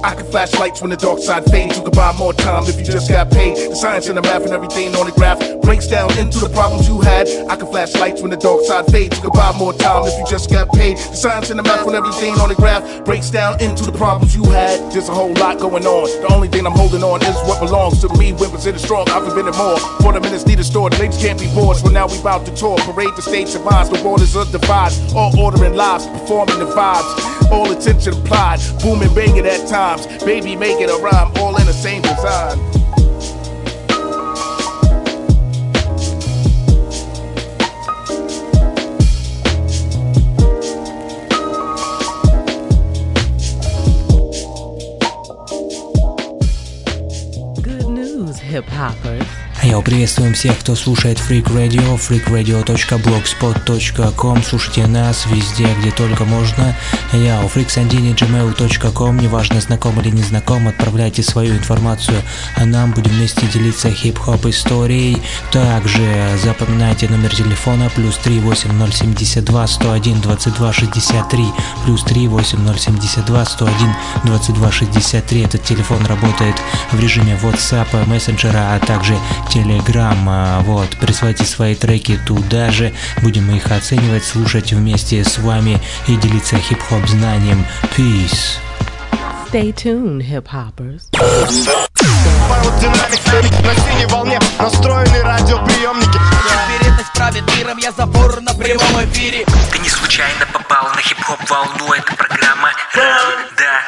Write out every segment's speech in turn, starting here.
I can flash lights when the dark side fades. You can buy more time if you just got paid. The science and the math and everything on the graph breaks down into the problems you had. I can flash lights when the dark side fades. You can buy more time if you just got paid. The science and the math and everything on the graph breaks down into the problems you had. There's a whole lot going on. The only thing I'm holding on is what belongs to me. When presented strong, I've invented more. 40 minutes needed stored. Ladies can't be bored. So now we about to tour. Parade the stage survives. The waters are divided. All ordering lives, performing the vibes. All attention applied. Booming, banging at times. Baby making a rhyme. All in the same design. Hip-hoppers. Приветствуем всех, кто слушает Freak Radio, freakradio.blogspot.com. Слушайте нас везде, где только можно. freaksandini@gmail.com. Неважно, знаком или не знаком, отправляйте свою информацию, а нам будем вместе делиться хип-хоп историей. Также запоминайте номер телефона +3 8072 101 22 63 +3 8072 101 22 63. Этот телефон работает в режиме WhatsApp, мессенджера, а также Telegram. Вот, присылайте свои треки туда же, будем их оценивать, слушать вместе с вами и делиться хип-хоп знанием. Peace. Stay tuned, hip-hoppers. На синей волне настроены радиоприемники. Вероятность правит миром, я забор на прямом эфире. Ты не случайно попал на хип-хоп волну, это программа Run, да.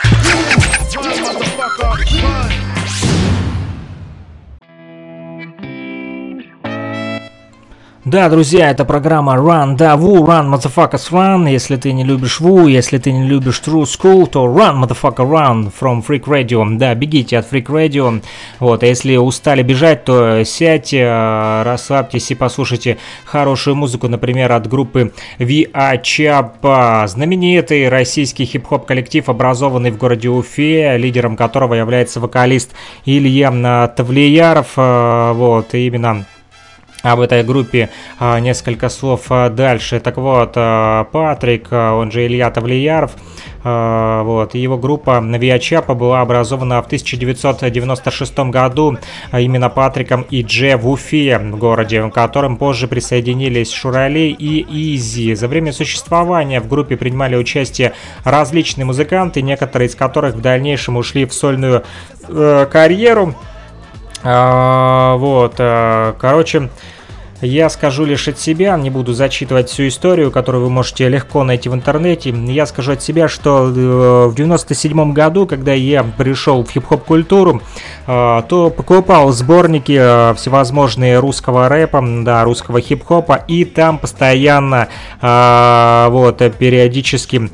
Да, друзья, это программа Run, да, Woo, Run, Motherfuckers, Run. Если ты не любишь Woo, если ты не любишь True School, то Run, Motherfucker, Run from Freak Radio. Да, бегите от Freak Radio. Вот, а если устали бежать, то сядьте, расслабьтесь и послушайте хорошую музыку, например, от группы ViaChapa. Знаменитый российский хип-хоп коллектив, образованный в городе Уфе, лидером которого является вокалист Илья Тавлияров. Вот, и именно об этой группе несколько слов дальше. Так вот, Патрик, он же Илья Тавлияров, вот, его группа ViaChapa была образована в 1996 году именно Патриком и Дже в Уфе, в городе, к которым позже присоединились Шурали и Изи. За время существования в группе принимали участие различные музыканты, некоторые из которых в дальнейшем ушли в сольную карьеру. Вот, короче, я скажу лишь от себя, не буду зачитывать всю историю, которую вы можете легко найти в интернете. Я скажу от себя, что в 97 году, когда я пришел в хип-хоп культуру, то покупал сборники всевозможные русского рэпа, да, русского хип-хопа, и там постоянно, вот, периодически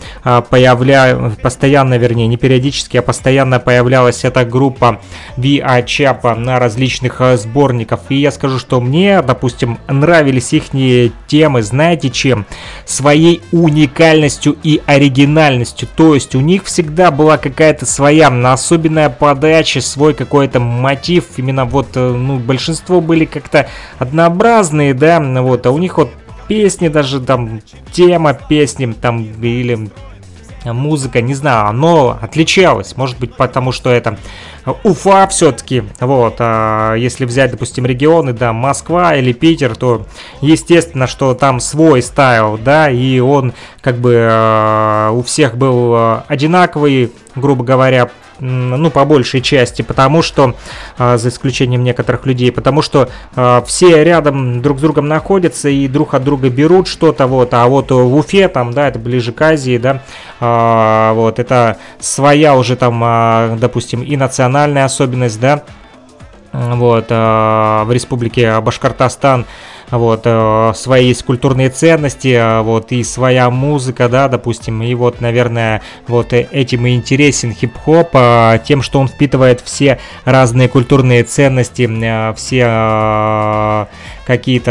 постоянно появлялась эта группа ViaChapa на различных сборниках. И я скажу, что мне, допустим, нравились ихние темы, знаете чем? Своей уникальностью и оригинальностью. То есть у них всегда была какая-то своя особенная подача, свой какой-то мотив. Именно вот, ну, большинство были как-то однообразные, да, вот, а у них вот песни, даже там тема песни, там, или музыка, не знаю, оно отличалось. Может быть, потому что это Уфа все-таки. Вот, а если взять, допустим, регионы, да, Москва или Питер, то естественно, что там свой стайл, да, и он как бы у всех был одинаковый, грубо говоря, ну, по большей части, потому что, за исключением некоторых людей, потому что все рядом друг с другом находятся и друг от друга берут что-то, вот, а вот в Уфе, там, да, это ближе к Азии, да, вот, это своя уже там, допустим, и национальная особенность, да, вот, в республике Башкортостан, вот, свои есть культурные ценности, вот, и своя музыка, да, допустим, и вот, наверное, вот этим и интересен хип-хоп, тем, что он впитывает все разные культурные ценности, все какие-то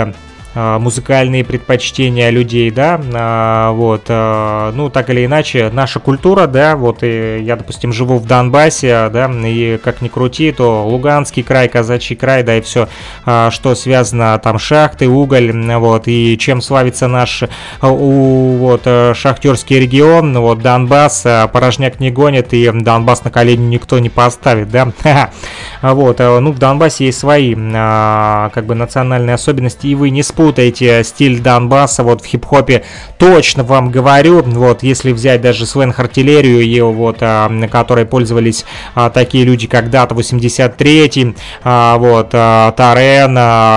музыкальные предпочтения людей, да, вот, ну, так или иначе, наша культура, да, вот, и я, допустим, живу в Донбассе, да, и как ни крути, то Луганский край, Казачий край, да, и все, что связано, там, шахты, уголь, вот, и чем славится наш, вот, шахтерский регион, вот, Донбасс, порожняк не гонит, и Донбасс на колени никто не поставит, да, вот, ну, в Донбассе есть свои, как бы, национальные особенности, и вы не спутаете стиль Донбасса, вот, в хип-хопе, точно вам говорю, вот, если взять даже сленг-артиллерию, и вот, которой пользовались такие люди, как Дата 83, вот, Тарен,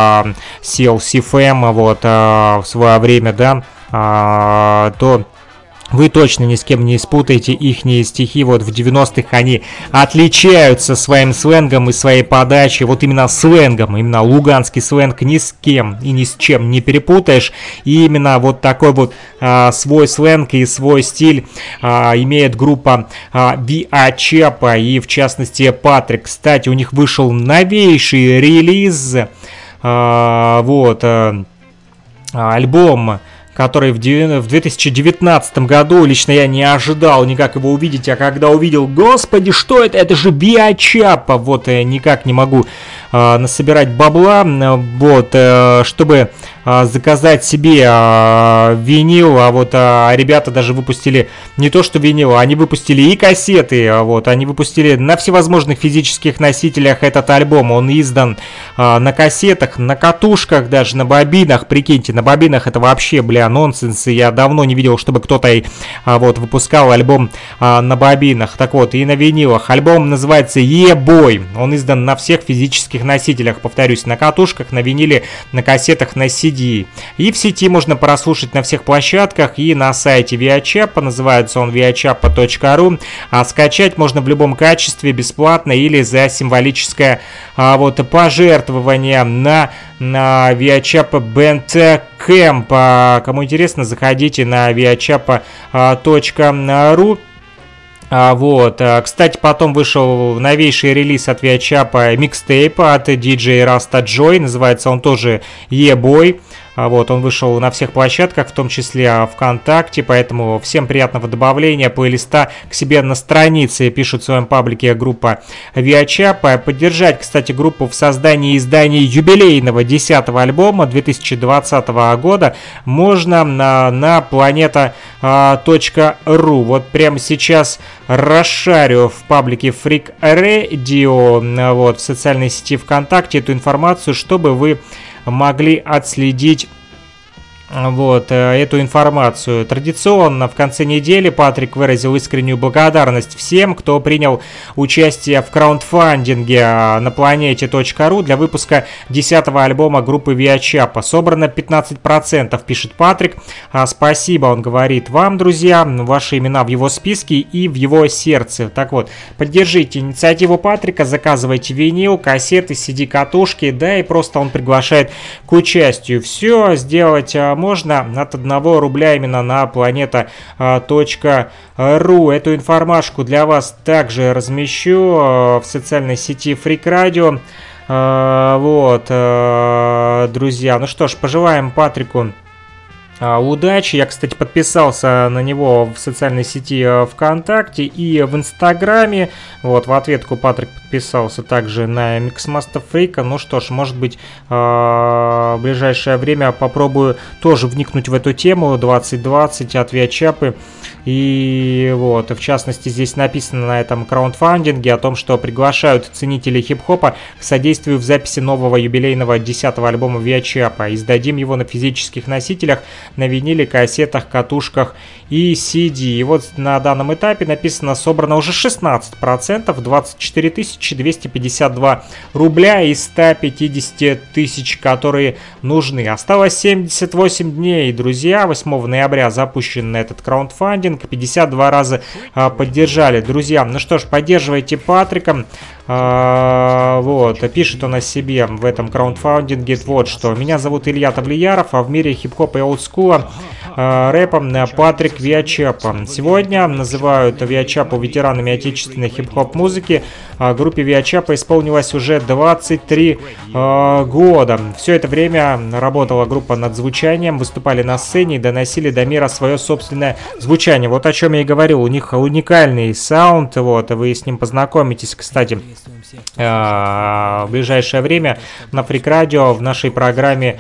CLC-FM, вот, в свое время, да, то вы точно ни с кем не спутаете ихние стихи, вот в 90-х они отличаются своим сленгом и своей подачей, вот именно сленгом, именно луганский сленг ни с кем и ни с чем не перепутаешь, и именно вот такой вот свой сленг и свой стиль имеет группа ViaChapa и в частности Патрик. Кстати, у них вышел новейший релиз, вот, альбом, который в 2019 году лично я не ожидал никак его увидеть, а когда увидел, господи, что это? Это же ViaChapa, вот, никак не могу насобирать бабла, вот, чтобы заказать себе винил, а вот ребята даже выпустили не то что винил, они выпустили и кассеты, вот, они выпустили на всевозможных физических носителях этот альбом, он издан на кассетах, на катушках, даже на бобинах, прикиньте, на бобинах это вообще, бля, нонсенс, я давно не видел, чтобы кто-то вот выпускал альбом на бобинах, так вот, и на винилах, альбом называется E-Boy, он издан на всех физических носителях, повторюсь, на катушках, на виниле, на кассетах, на CD. И в сети можно прослушать на всех площадках и на сайте ViaChapa, называется он viachapa.ru, а скачать можно в любом качестве бесплатно или за символическое вот пожертвование на ViaChapa Bandcamp. Кому интересно, заходите на viachapa.ru. Вот, кстати, потом вышел новейший релиз от ViaChapa, микстейп от DJ Rasta Joy, называется он тоже E-Boy. Вот, он вышел на всех площадках, в том числе ВКонтакте, поэтому всем приятного добавления плейлиста к себе на странице, пишут в своем паблике группа ViaChapa. Поддержать, кстати, группу в создании и издании юбилейного 10-го альбома 2020 года можно на planeta.ru. Вот прямо сейчас расшарю в паблике Freak Radio, вот, в социальной сети ВКонтакте эту информацию, чтобы вы могли отследить вот эту информацию. Традиционно в конце недели Патрик выразил искреннюю благодарность всем, кто принял участие в краундфандинге на planeta.ru для выпуска 10-го альбома группы ViaChapa. Собрано 15%, пишет Патрик. Спасибо, он говорит, вам, друзья, ваши имена в его списке и в его сердце. Так вот, поддержите инициативу Патрика, заказывайте винил, кассеты, CD-катушки, да и просто он приглашает к участию. Все сделать можно от 1 рубля именно на planeta.ru. Эту информашку для вас также размещу в социальной сети Freak Radio. Вот, друзья, ну что ж, пожелаем Патрику удачи. Я, кстати, подписался на него в социальной сети ВКонтакте и в Инстаграме. Вот, в ответку Патрик подписался также на Mixmaster Freak. Ну что ж, может быть, в ближайшее время попробую тоже вникнуть в эту тему 2020 от ViaChapa. И вот, в частности, здесь написано на этом краундфандинге о том, что приглашают ценителей хип-хопа к содействию в записи нового юбилейного 10-го альбома ViaChapa. Издадим его на физических носителях, на виниле, кассетах, катушках и CD. И вот на данном этапе написано, собрано уже 16%, 24 252 рубля из 150 тысяч, которые нужны. Осталось 78 дней, друзья. 8 ноября запущен этот краундфандинг. 52 раза поддержали, друзья. Ну что ж, поддерживайте Патрика. Вот, пишет он о себе в этом краундфандинге вот что. Меня зовут Илья Тавлияров, а в мире хип-хопа и олдскула рэпом Патрик Виачапа. Сегодня называют Виачапу ветеранами отечественной хип-хоп музыки. Группе Виачапа исполнилось уже 23 года. Все это время работала группа над звучанием, выступали на сцене и доносили до мира свое собственное звучание. Вот о чем я и говорил, у них уникальный саунд, вот, вы с ним познакомитесь, кстати, в ближайшее время на Freak Radio в нашей программе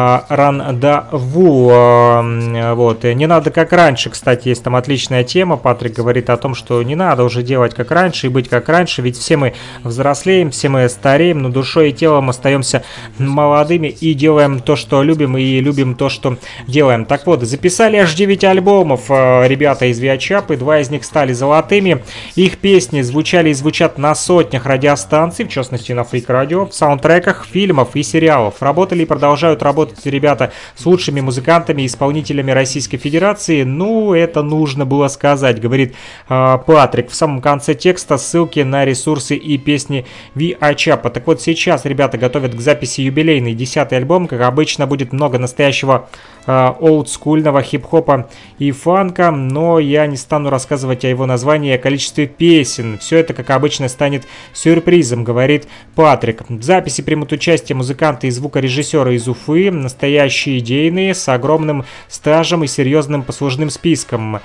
Рандаву. Вот. Не надо как раньше, кстати, есть там отличная тема. Патрик говорит о том, что не надо уже делать как раньше и быть как раньше, ведь все мы взрослеем, все мы стареем, но душой и телом остаемся молодыми и делаем то, что любим, и любим то, что делаем. Так вот, записали аж 9 альбомов ребята из Виачапы, 2 из них стали золотыми. Их песни звучали и звучат на сотнях радиостанций, в частности на Freak Radio, в саундтреках фильмов и сериалов. Работали и продолжают работать ребята с лучшими музыкантами и исполнителями Российской Федерации. Ну, это нужно было сказать, говорит Патрик. В самом конце текста ссылки на ресурсы и песни Виачапа. Так вот, сейчас ребята готовят к записи юбилейный 10-й альбом. Как обычно, будет много настоящего олдскульного хип-хопа и фанка, но я не стану рассказывать о его названии и о количестве песен. Все это, как обычно, станет сюрпризом, говорит Патрик. В записи примут участие музыканты и звукорежиссеры из Уфы, настоящие идейные, с огромным стажем и серьезным послужным списком.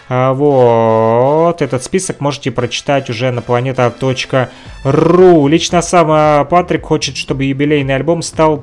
Вот, этот список можете прочитать уже на planeta.ru. Лично сам Патрик хочет, чтобы юбилейный альбом стал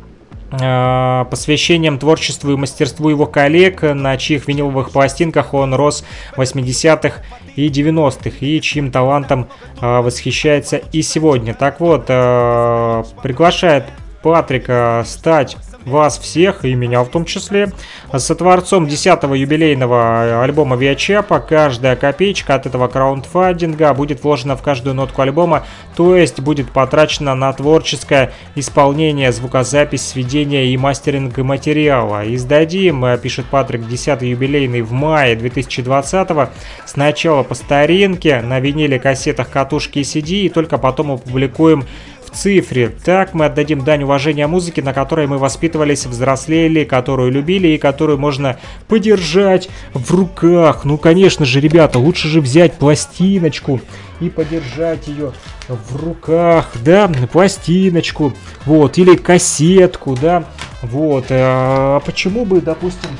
посвящением творчеству и мастерству его коллег, на чьих виниловых пластинках он рос в 80-х и 90-х, и чьим талантом восхищается и сегодня. Так вот, приглашает Патрика стать вас всех, и меня в том числе, сотворцом 10-го юбилейного альбома Виачапа. Каждая копеечка от этого краундфандинга будет вложена в каждую нотку альбома, то есть будет потрачена на творческое исполнение, звукозапись, сведение и мастеринг материала. Издадим, пишет Патрик, 10-й юбилейный в мае 2020-го, сначала по старинке, на виниле, кассетах, катушке и CD, и только потом опубликуем в цифре. Так мы отдадим дань уважения музыке, на которой мы воспитывались, взрослели, которую любили и которую можно подержать в руках. Ну, конечно же, ребята, лучше же взять пластиночку и подержать ее в руках, да, пластиночку, вот, или кассетку, да, вот. А почему бы, допустим,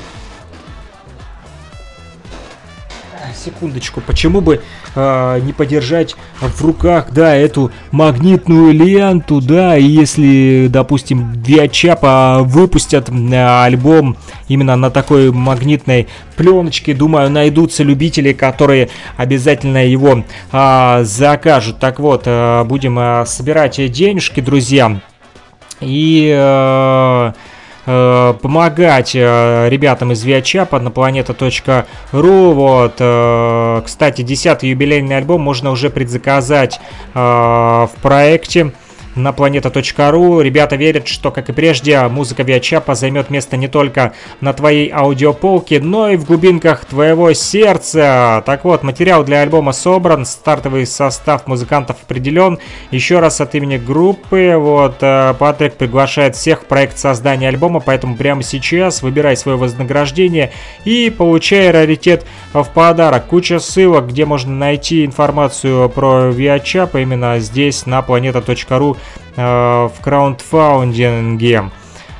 секундочку, почему бы не подержать в руках, да, эту магнитную ленту, да, и если, допустим, Виачапа выпустят альбом именно на такой магнитной пленочке, думаю, найдутся любители, которые обязательно его закажут. Так вот, будем собирать денежки, друзья, и помогать ребятам из Виачапа на planeta.ru. Вот, кстати, 10-й юбилейный альбом можно уже предзаказать в проекте на planeta.ru. Ребята верят, что, как и прежде, музыка Виачапа займет место не только на твоей аудиополке, но и в глубинках твоего сердца. Так вот, материал для альбома собран, стартовый состав музыкантов определен. Еще раз от имени группы, вот, Патрик приглашает всех в проект создания альбома, поэтому прямо сейчас выбирай свое вознаграждение и получай раритет в подарок. Куча ссылок, где можно найти информацию про Виачапа именно здесь, на planeta.ru, в краундфандинге.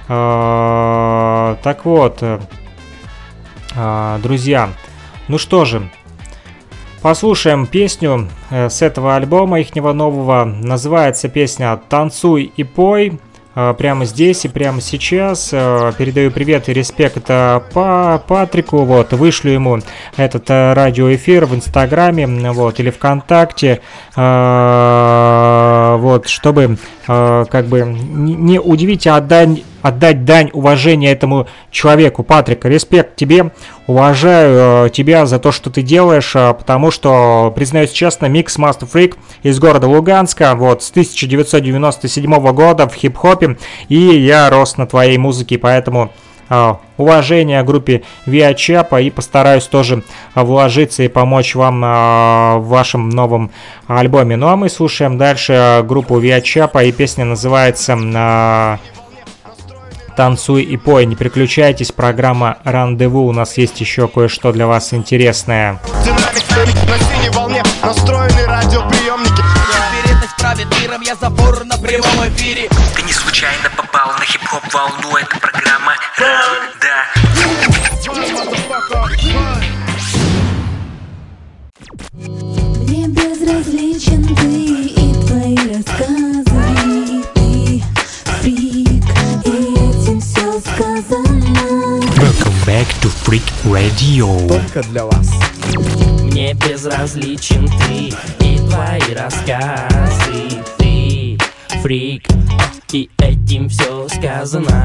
Так вот, друзья, ну что же, послушаем песню с этого альбома ихнего нового. Называется песня «Танцуй и пой». Прямо здесь и прямо сейчас передаю привет и респект по Патрику, вот, вышлю ему этот радиоэфир в Инстаграме, вот, или ВКонтакте, вот, чтобы как бы не удивить, а отдать дань уважения этому человеку. Патрик, респект тебе, уважаю тебя за то, что ты делаешь, потому что, признаюсь честно, Mix Master Freak из города Луганска, вот, с 1997 года в хип-хопе, и я рос на твоей музыке, поэтому уважения группе Via Chapa и постараюсь тоже вложиться и помочь вам в вашем новом альбоме. Ну а мы слушаем дальше группу Via Chapa, и песня называется «Танцуй и пой». Не переключайтесь, программа «Рандеву». У нас есть еще кое-что для вас интересное. Динамик на синей волне, настроены радиоприемники. Вероятность правит миром, я забор на прямом эфире. Ты не случайно попал на хип-хоп волну. Это программа «Ранда». Мне безразличен ты и твои рассказы. Ты фрик, и этим все сказано. Welcome back to Freak Radio. Только для вас. Мне безразличен ты и твои рассказы. Ты фрик, и этим все сказано.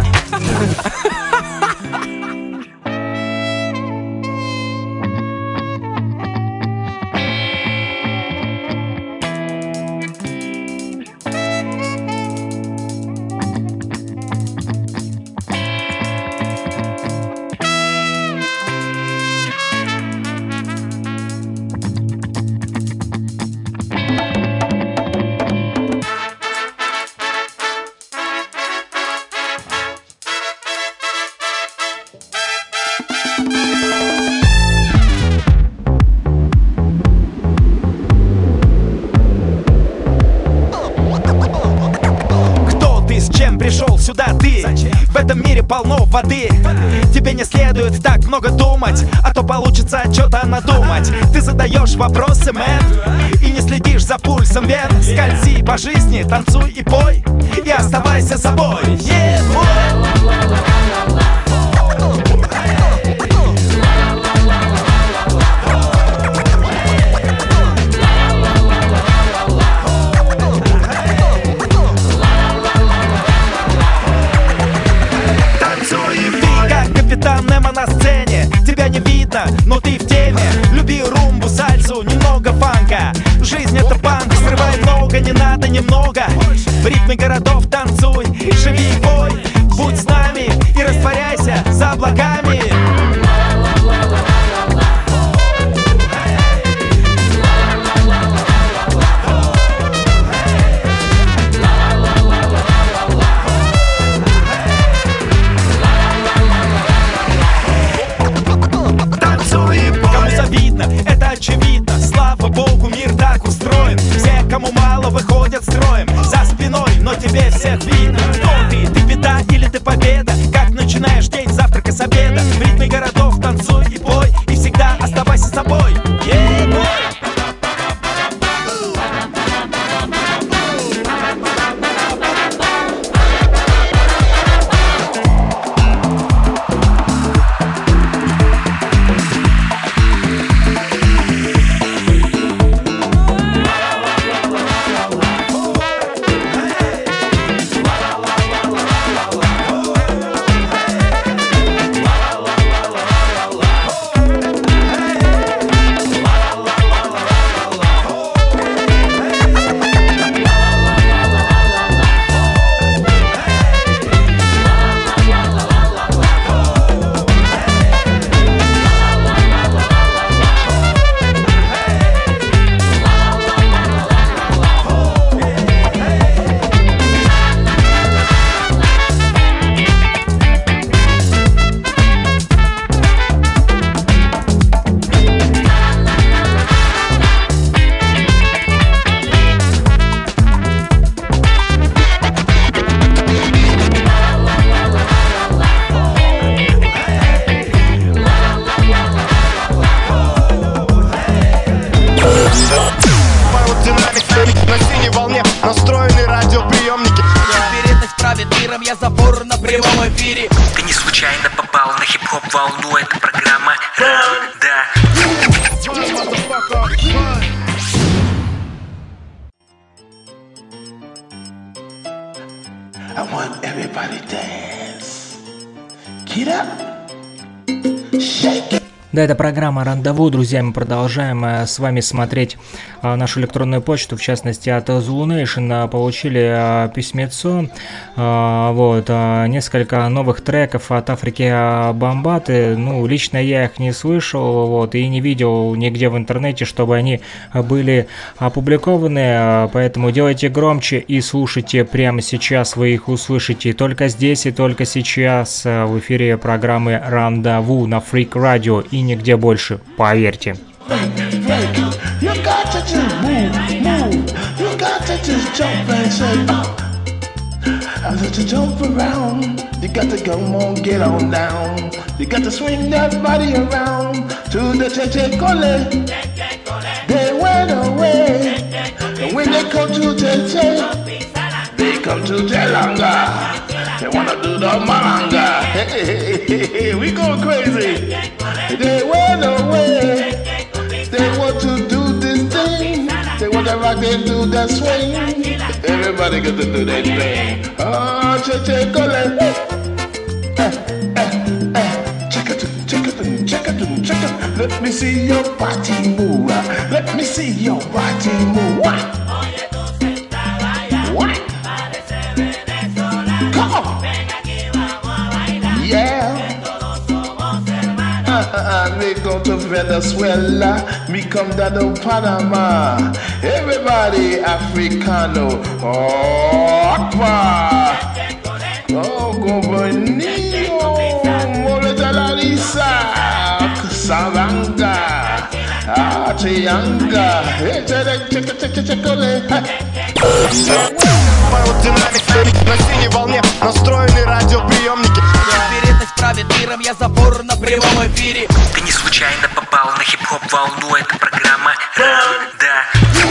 Пришел сюда ты. Зачем? В этом мире полно воды. Тебе не следует так много думать, а то получится что-то надумать. Ты задаешь вопросы, мэн, и не следишь за пульсом вен. Скользи по жизни, танцуй и пой, и оставайся собой. На сцене тебя не видно, но ты в теме. Люби румбу, сальсу, немного фанка. Жизнь это банк, срывай много, не надо немного. В ритме городов танцуй, живи и пой. Будь с нами и растворяйся за облаками. Это очевидно, слава богу, мир так устроен. Все, кому мало, выходят строем за спиной, но тебе всех видно. Кто ты? Ты беда или ты победа? Как начинаешь день, завтрака с обеда? В ритме городов танцуй и пой, и всегда оставайся собой. Я забор на прямом эфире. Ты не случайно попал на хип-хоп волну. Это программа «Ранда». I want everybody to dance. Get up. Shake it. Да, это программа «Рандеву», друзья, мы продолжаем с вами смотреть нашу электронную почту, в частности от Zulu Nation получили письмецо, вот, несколько новых треков от Африки Бамбаты, ну, лично я их не слышал, вот, и не видел нигде в интернете, чтобы они были опубликованы, поэтому делайте громче и слушайте прямо сейчас, вы их услышите только здесь и только сейчас в эфире программы «Рандеву» на Freak Radio и нигде больше, поверьте. You got to just move. You got to just jump and say, I let you jump around. You got to come on, get on down. You got to swing that body around to the che-che-cole. They went away. And when they come to che-che, they come to Jelanga. They wanna do the malanga. Hey, we go crazy. They went away. They want to do this thing. They want to rock and do that swing. Everybody got to do that thing. Oh, che-che-cole. Check it. Let me see your body move. Let me see your body move. What? Come on. Yeah. Me go to Venezuela, me come down to Panama. Everybody Africano. Oh, go bonito. Moleta la risa. Savanga. Chianga. На синей волне настроены радиоприемники. Вероятность правит миром, я забор на прямом эфире. Ты не случайно попал на хип-хоп волну, это программа «Ранда».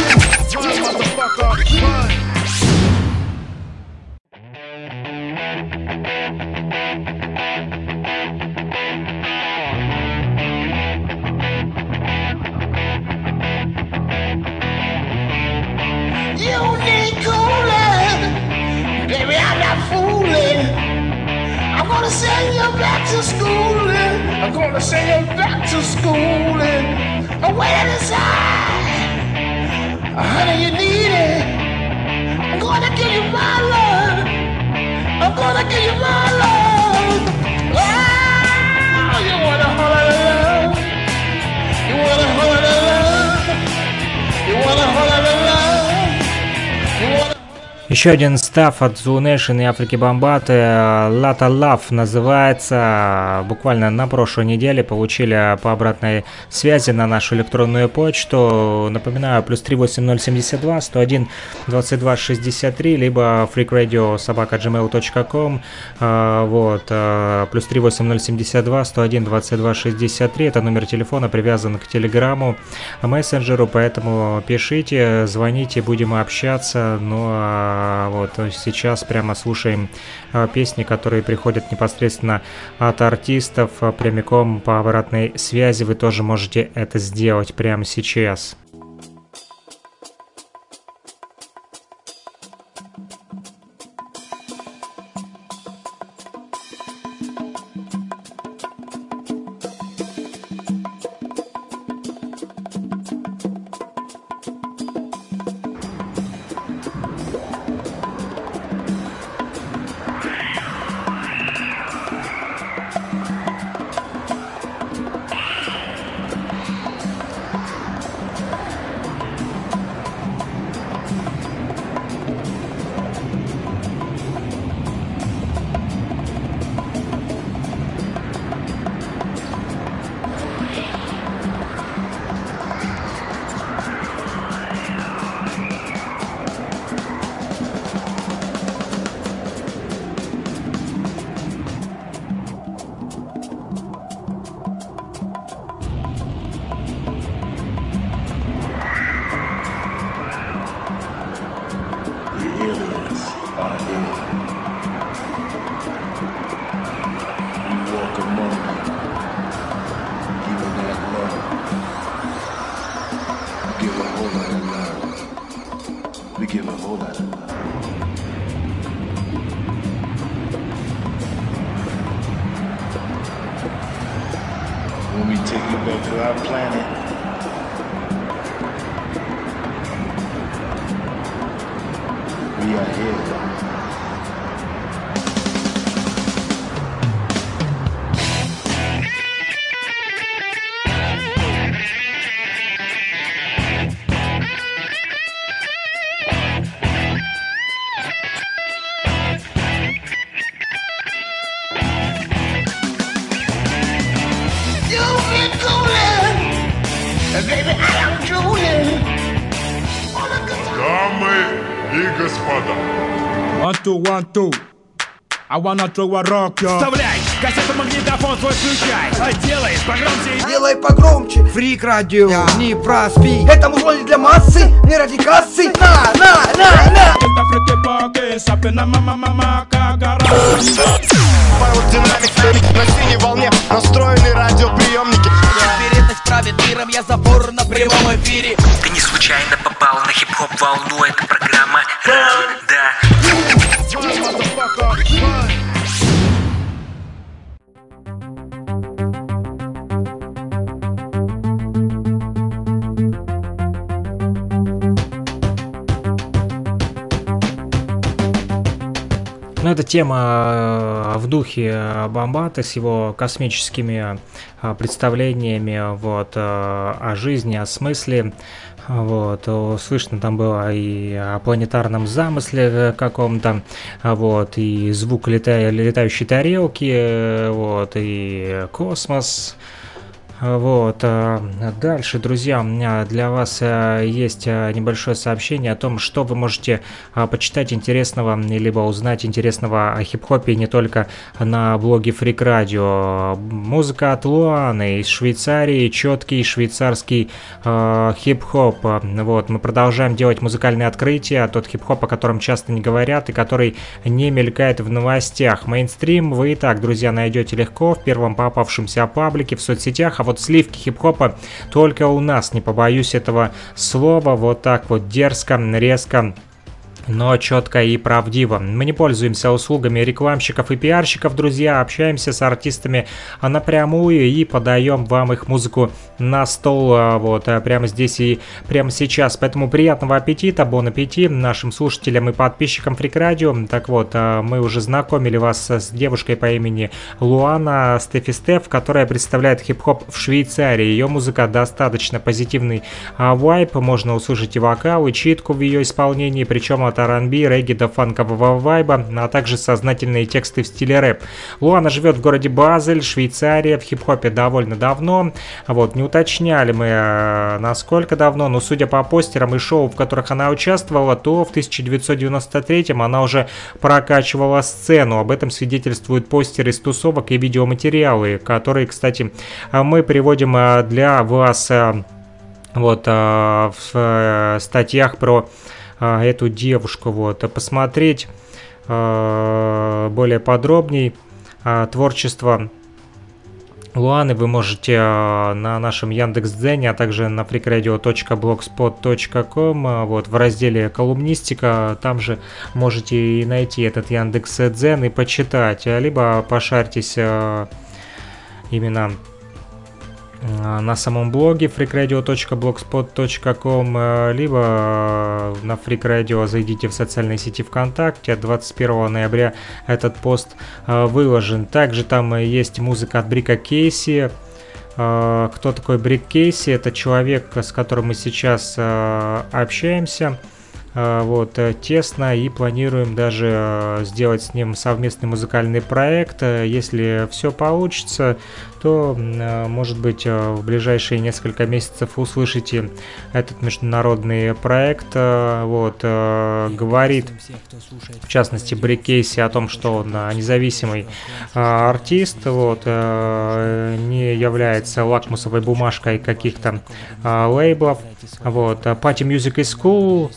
You need cooling, baby, I'm not fooling. I'm gonna send you back to schooling. I'm gonna send you back to schooling. Away inside, honey, you need it. I'm gonna give you my love. I'm gonna give you my love. Oh, you wanna holiday love? You wanna holiday love? You wanna holiday love? Еще один став от Zulu Nation и Африки Бамбаты, Lata Love называется. Буквально на прошлой неделе получили по обратной связи на нашу электронную почту. Напоминаю, плюс 38072 101 22 63, либо freakradio@gmail.com. Вот, плюс 38072 101 22 63. Это номер телефона, привязан к телеграмму, мессенджеру, поэтому пишите, звоните, будем общаться. Ну а вот сейчас прямо слушаем песни, которые приходят непосредственно от артистов прямиком по обратной связи. Вы тоже можете это сделать прямо сейчас. Let me take you back to our planet. We are here. Дамы и господа. 1, 2, 1, 2. I wanna throw a rock, yo. Вставляй кассету, магнитофон свой включай. Делай погромче. Делай погромче. Фрик радио, не проспи. Это музло не для массы, не ради кассы. На. Это фрики-поки, сапина мама кагара. Power Dynamic на синей волне настроены радиоприемники. Вероятность правит миром, я забор на прямом эфире. Ты не случайно попал на хип-хоп волну. Это программа «Ран-да». Ну, эта тема в духе Бомбата с его космическими представлениями вот, о жизни, о смысле. Вот, слышно там было и о планетарном замысле каком-то, вот, и звук летающей тарелки, вот, и космос. Вот, дальше, друзья, у меня для вас есть небольшое сообщение о том, что вы можете почитать интересного, либо узнать интересного о хип-хопе не только на блоге Freak Radio. Музыка от Луаны из Швейцарии, четкий швейцарский хип-хоп. Вот, мы продолжаем делать музыкальные открытия, тот хип-хоп, о котором часто не говорят и который не мелькает в новостях. Мейнстрим вы и так, друзья, найдете легко в первом попавшемся паблике в соцсетях, а вот сливки хип-хопа только у нас, не побоюсь этого слова, вот так вот дерзко, резко, но четко и правдиво. Мы не пользуемся услугами рекламщиков и пиарщиков, друзья, общаемся с артистами напрямую и подаем вам их музыку на стол вот прямо здесь и прямо сейчас. Поэтому приятного аппетита, бон аппетит нашим слушателям и подписчикам Freak Radio. Так вот, мы уже знакомили вас с девушкой по имени Луана Стефи Стеф, которая представляет хип-хоп в Швейцарии. Ее музыка достаточно позитивный вайб, можно услышать и вокал, и читку в ее исполнении, причем от R&B, регги до фанкового вайба, а также сознательные тексты в стиле рэп. Луана живет в городе Базель, Швейцария, в хип-хопе довольно давно. Вот, не уточняли мы, насколько давно, но судя по постерам и шоу, в которых она участвовала, то в 1993-м она уже прокачивала сцену. Об этом свидетельствуют постеры из тусовок и видеоматериалы, которые, кстати, мы приводим для вас вот в статьях про эту девушку. Вот, посмотреть более подробней творчество Луаны вы можете на нашем Яндекс.Дзене, а также на freakradio.blogspot.com, вот, в разделе «Колумнистика», там же можете и найти этот Яндекс.Дзен и почитать, либо пошарьтесь именно на самом блоге freakradio.blogspot.com, либо на Freak Radio зайдите в социальные сети ВКонтакте. 21 ноября этот пост выложен. Также там есть музыка от Брика Кейси. Кто такой Брик Кейси? Это человек, с которым мы сейчас общаемся вот, тесно, и планируем даже сделать с ним совместный музыкальный проект. Если все получится, то, может быть, в ближайшие несколько месяцев услышите этот международный проект. Вот, говорит, в частности, Брик Кейси о том, что он независимый артист, вот, не является лакмусовой бумажкой каких-то лейблов. Вот, Party Music is cool, but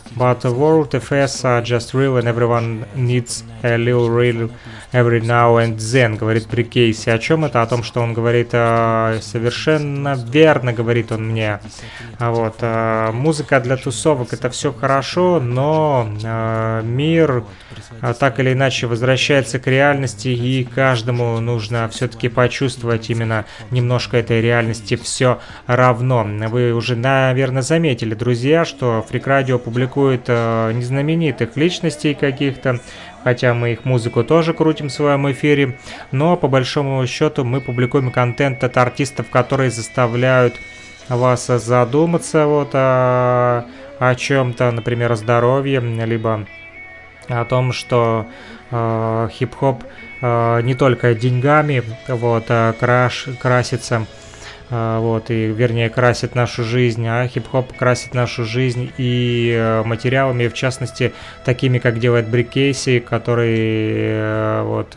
the world affairs are just real and everyone needs a little real every now and then, говорит Брик Кейси. О чем это? О том, что он говорит совершенно верно, говорит он мне. Вот, музыка для тусовок — это все хорошо, но мир так или иначе возвращается к реальности, и каждому нужно все-таки почувствовать именно немножко этой реальности все равно. Вы уже, наверное, заметили, друзья, что Freak Radio публикует незнаменитых личностей каких-то, хотя мы их музыку тоже крутим в своем эфире, но по большому счету мы публикуем контент от артистов, которые заставляют вас задуматься вот о чем-то, например, о здоровье, либо о том, что хип-хоп не только деньгами вот, красится, вот, и, вернее, красит нашу жизнь, а хип-хоп красит нашу жизнь и материалами, в частности, такими, как делает Брик Кейси, который вот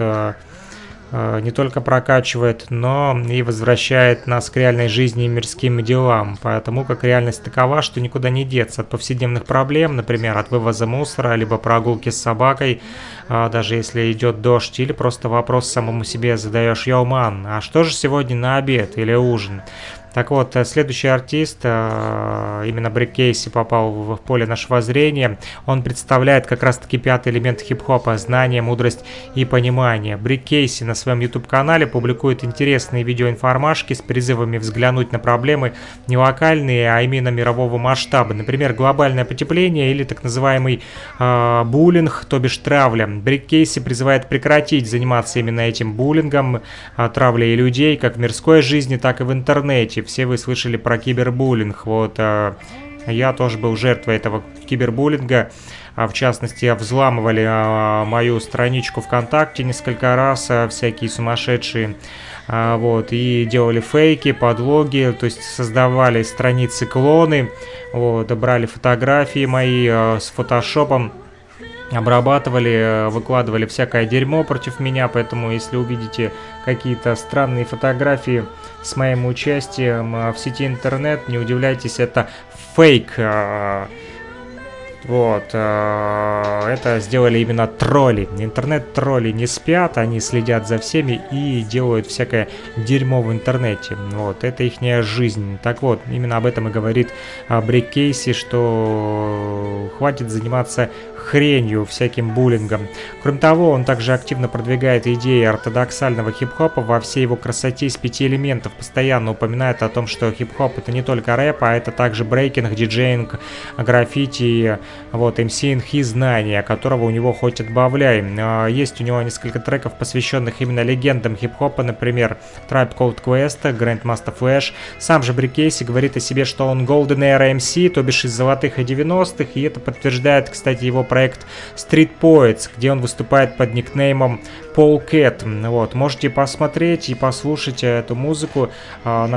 не только прокачивает, но и возвращает нас к реальной жизни и мирским делам, потому как реальность такова, что никуда не деться от повседневных проблем, например, от вывоза мусора, либо прогулки с собакой, даже если идет дождь, или просто вопрос самому себе задаешь: «Йоу, ман, а что же сегодня на обед или ужин?» Так вот, следующий артист, именно Брик Кейси, попал в поле нашего зрения. Он представляет как раз-таки пятый элемент хип-хопа — знание, мудрость и понимание. Брик Кейси на своем YouTube-канале публикует интересные видеоинформашки с призывами взглянуть на проблемы не локальные, а именно мирового масштаба. Например, глобальное потепление или так называемый буллинг, то бишь травля. Брик Кейси призывает прекратить заниматься именно этим буллингом, травлей людей, как в мирской жизни, так и в интернете. Все вы слышали про кибербуллинг. Вот я тоже был жертвой этого кибербуллинга. В частности, взламывали мою страничку ВКонтакте несколько раз, всякие сумасшедшие. Вот, и делали фейки, подлоги, то есть создавали страницы-клоны, вот, брали фотографии мои с фотошопом, обрабатывали, выкладывали всякое дерьмо против меня, поэтому если увидите какие-то странные фотографии с моим участием в сети интернет, не удивляйтесь, это фейк. Вот, это сделали именно тролли. Интернет-тролли не спят, они следят за всеми и делают всякое дерьмо в интернете. Вот, это ихняя жизнь. Так вот, именно об этом и говорит Брик Кейси, что хватит заниматься хренью, всяким буллингом. Кроме того, он также активно продвигает идеи ортодоксального хип-хопа во всей его красоте из 5 элементов. Постоянно упоминает о том, что хип-хоп — это не только рэп, а это также брейкинг, диджеинг, граффити, вот, МСинг и знания, которого у него хоть отбавляй. Есть у него несколько треков, посвященных именно легендам хип-хопа, например, Tribe Called Quest, Grandmaster Flash. Сам же Брик Кейси говорит о себе, что он Golden Era MC, то бишь из золотых и 90-х, и это подтверждает, кстати, его проект Street Poets, где он выступает под никнеймом Paul Cat. Вот, можете посмотреть и послушать эту музыку на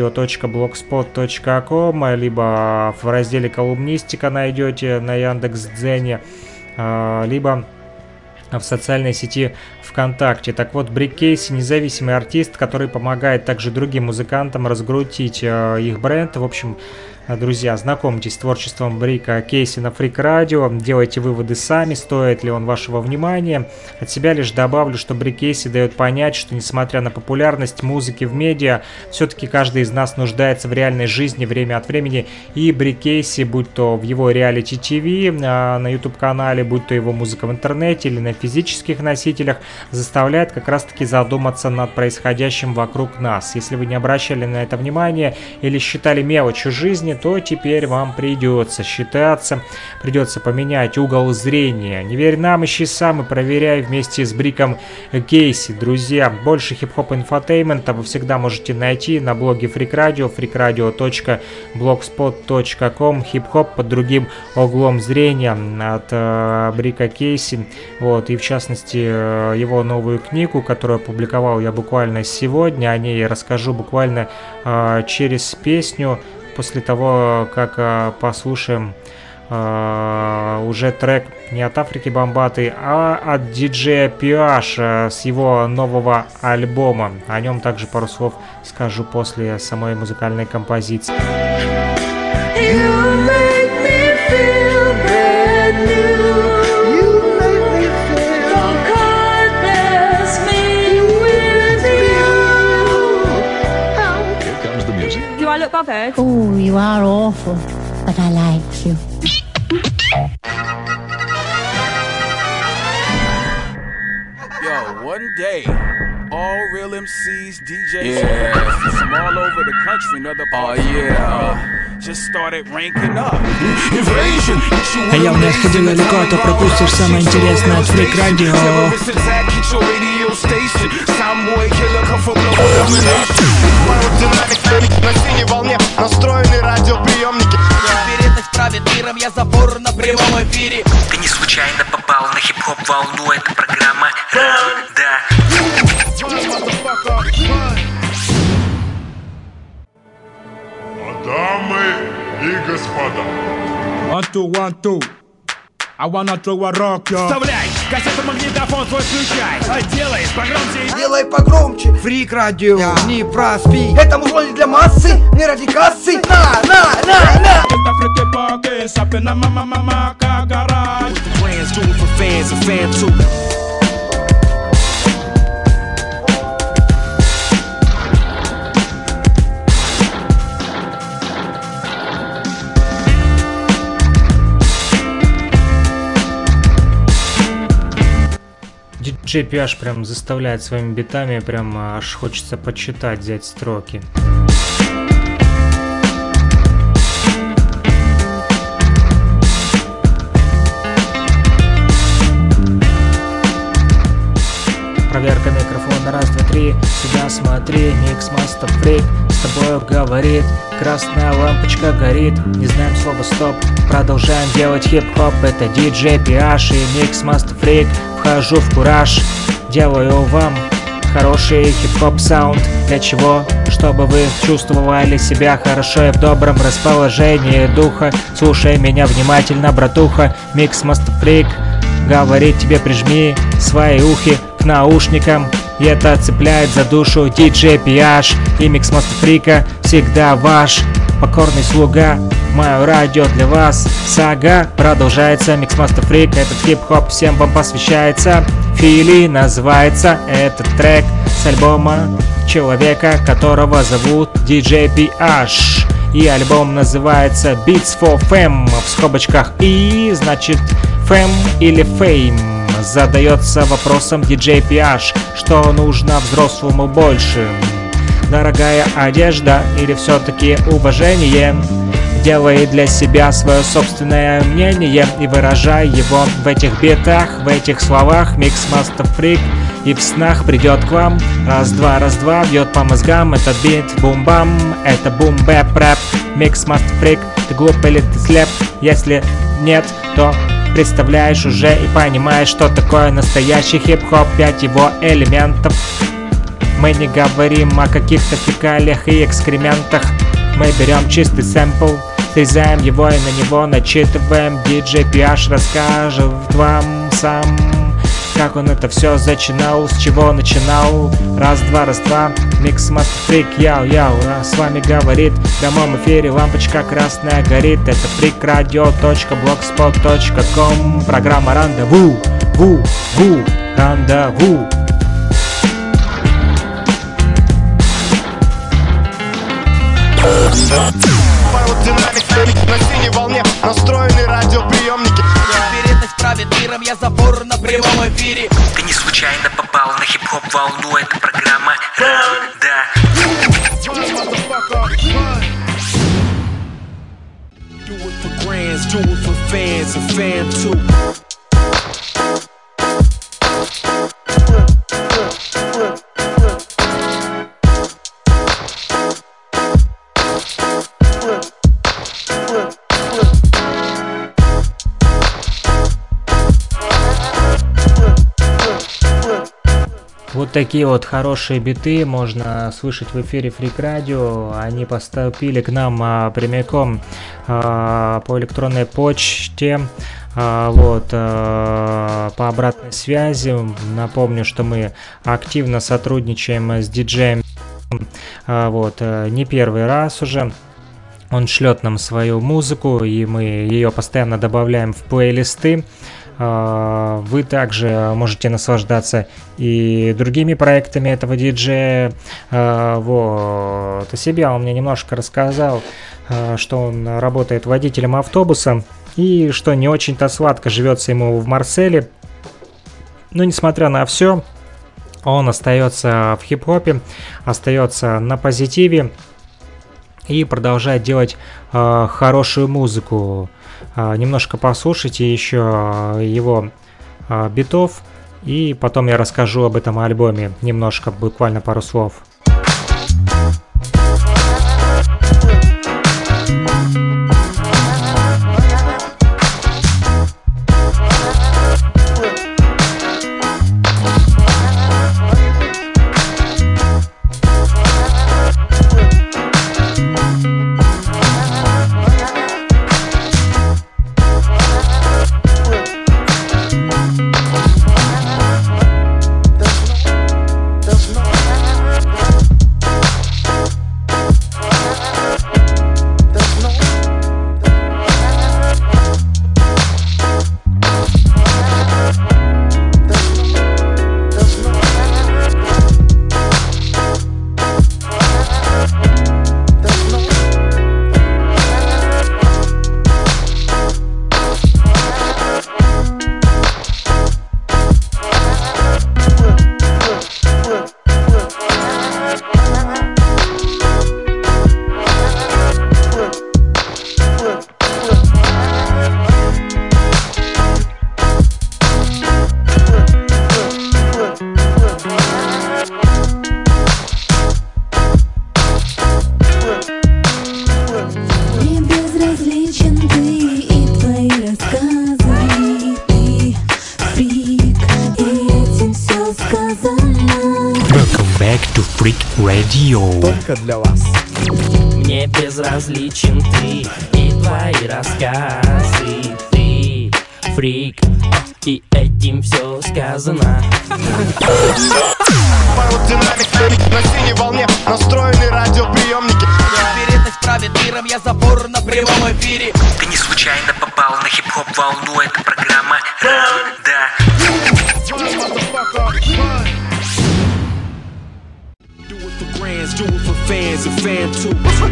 freakradio.blogspot.com, либо в разделе колумнистика найдете на Яндекс.Дзене, либо в социальной сети ВКонтакте. Так вот, Брик Кейси — независимый артист, который помогает также другим музыкантам раскрутить их бренд. В общем, друзья, знакомьтесь с творчеством Брика Кейси на Freak Radio, делайте выводы сами, стоит ли он вашего внимания. От себя лишь добавлю, что Брик Кейси дает понять, что несмотря на популярность музыки в медиа, все-таки каждый из нас нуждается в реальной жизни время от времени, и Брик Кейси, будь то в его реалити ТВ на YouTube-канале, будь то его музыка в интернете или на физических носителях, заставляет как раз-таки задуматься над происходящим вокруг нас. Если вы не обращали на это внимания или считали мелочью жизни, то теперь вам придется считаться, придется поменять угол зрения. Не верь нам, ищи сам и проверяй вместе с Бриком Кейси. Друзья, больше хип-хоп инфотеймента вы всегда можете найти на блоге Freak Radio, freakradio.blogspot.com. Хип-хоп под другим углом зрения от Брика Кейси. Вот, и в частности его новую книгу, которую опубликовал я буквально сегодня. О ней расскажу буквально через песню, после того, как послушаем уже трек не от Африки Бамбаты, а от диджея PH с его нового альбома. О нем также пару слов скажу после самой музыкальной композиции. You make me feel better. covered. Oh, you are awful, but I like you. Yo, one day, all real MCs, DJs, from all over the country, another part just started ranking up. Invasion! А я не сходил далеко, а то пропустишь самое интересное от Freak Radio. На синей волне настроены радиоприемники. Теперь это правит миром, я забор на прямом эфире. Ты не случайно попал на хип-хоп волну, это программа да. Дамы и господа. 1, 2, 1, 2. I wanna throw a rock, yo. Вставляй, кассету, магнитофон твой включай. А делай погромче. Делай погромче. Freak Radio, не проспи. Это музло не для массы, не ради кассы. На. Это Freaky Party, сапина мама гараж. What the brands doing for fans and fan too. Диджей Пиаш прям заставляет своими битами, прям аж хочется почитать, взять строки. Проверка микрофона, раз, два, три. Сюда смотри, Mix Master Freak с тобой говорит. Красная лампочка горит, не знаем слова стоп. Продолжаем делать хип-хоп, это DJ Ph и Mix Master Freak. Вхожу в кураж, делаю вам хороший хип-хоп саунд. Для чего? Чтобы вы чувствовали себя хорошо и в добром расположении духа. Слушай меня внимательно, братуха. Mix Master Freak говорит тебе, прижми свои ухи к наушникам. И это цепляет за душу. DJ Ph и Mix Master Freak всегда ваш покорный слуга. Мое радио для вас. Сага продолжается. Mix Master Freak, этот хип-хоп всем вам посвящается. Фили называется этот трек с альбома человека, которого зовут DJ Ph. И альбом называется Beats for Fame в скобочках И, значит Fame или Fame. Задается вопросом DJ Ph, что нужно взрослому больше? Дорогая одежда или все-таки уважение? Делай для себя свое собственное мнение и выражай его в этих битах, в этих словах. Mix Master Freak и в снах придет к вам. Раз-два, бьет по мозгам этот бит. Бум-бам, это бум-бэп рэп. Mix Master Freak, ты глуп или ты слеп? Если нет, то представляешь уже и понимаешь, что такое настоящий хип-хоп. 5 его элементов. Мы не говорим о каких-то фекалиях и экскрементах. Мы берем чистый сэмпл, срезаем его и на него начитываем. DJ Ph расскажет вам сам, как он это все зачинал, с чего начинал. Раз-два, Mix Master Freak, яу-яу, с вами говорит в прямом эфире лампочка красная горит. Это freakradio.blogspot.com. Программа Рандеву, Рандеву. Динамик на синей волне настроены радиоприемники. Теперь это правит миром, я забор на прямом эфире. Ты не случайно попал на хип-хоп волну, это программа да. Do it for grands, do it for fans and fan too. Вот такие вот хорошие биты можно слышать в эфире Freak Radio. Они поступили к нам прямиком по электронной почте. По обратной связи. Напомню, что мы активно сотрудничаем с диджеем. Не первый раз уже. Он шлет нам свою музыку, и мы ее постоянно добавляем в плейлисты. вы также можете наслаждаться и другими проектами этого диджея. Вот. О себе он мне немножко рассказал, что он работает водителем автобуса и что не очень-то сладко живется ему в Марселе. Но несмотря на все, он остается в хип-хопе, остается на позитиве и продолжает делать хорошую музыку. Немножко послушайте еще его битов, и потом я расскажу об этом альбоме немножко, буквально пару слов. Только для вас. Мне безразличен ты и твои рассказы. Ты фрик, и этим все сказано. Динамик на синей волне настроены радиоприемники. Теперь это правит миром, я забор на прямом эфире. Ты не случайно попал на хип-хоп волну, это программа «Да». Do it for fans and fam too.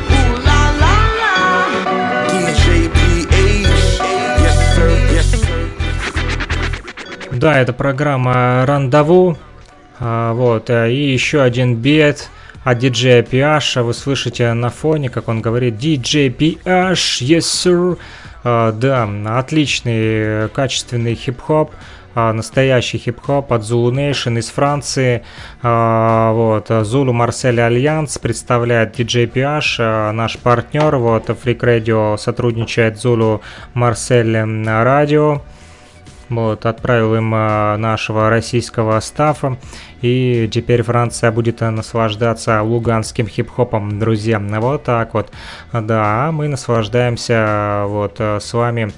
DJ PH. Yes, sir. Yes, sir. Да, это программа «Рандеву». Вот, и еще один бит от диджея PH. Вы слышите на фоне, как он говорит: DJ PH, yes, sir. Да, отличный, качественный хип-хоп. Настоящий хип-хоп от Zulu Nation из Франции. Вот, Zulu Marseille Alliance представляет DJ PH, наш партнер. Вот, Freak Radio сотрудничает с Zulu Marseille Radio. Вот, отправил им нашего российского стафа. И теперь Франция будет наслаждаться луганским хип-хопом, друзья. Вот так вот. Да, мы наслаждаемся вот с вами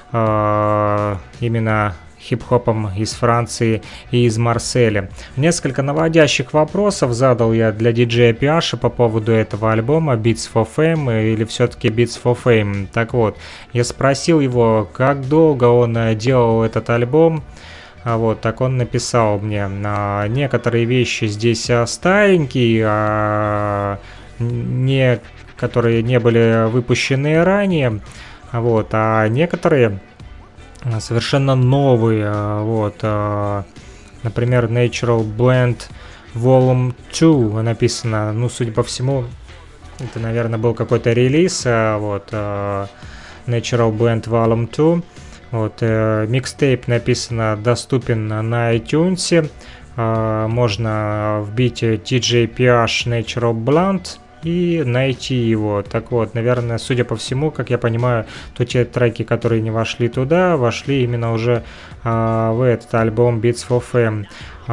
именно хип-хопом из Франции и из Марселя. Несколько наводящих вопросов задал я для диджея PH по поводу этого альбома Beats for Fame или все-таки Beats for Fame. Так вот, я спросил его, как долго он делал этот альбом. Вот, так он написал мне: некоторые вещи здесь старенькие, которые не были выпущены ранее, вот, а некоторые совершенно новые. Вот, например, Natural Blend Volume 2 написано. Ну, судя по всему, это, наверное, был какой-то релиз. Вот, Natural Blend Volume 2. Вот, микстейп написано, доступен на iTunes. Можно вбить DJ PH Natural Blend и найти его. Так вот, наверное, судя по всему, как я понимаю, то те треки, которые не вошли туда, вошли именно уже в этот альбом Beats for Fame.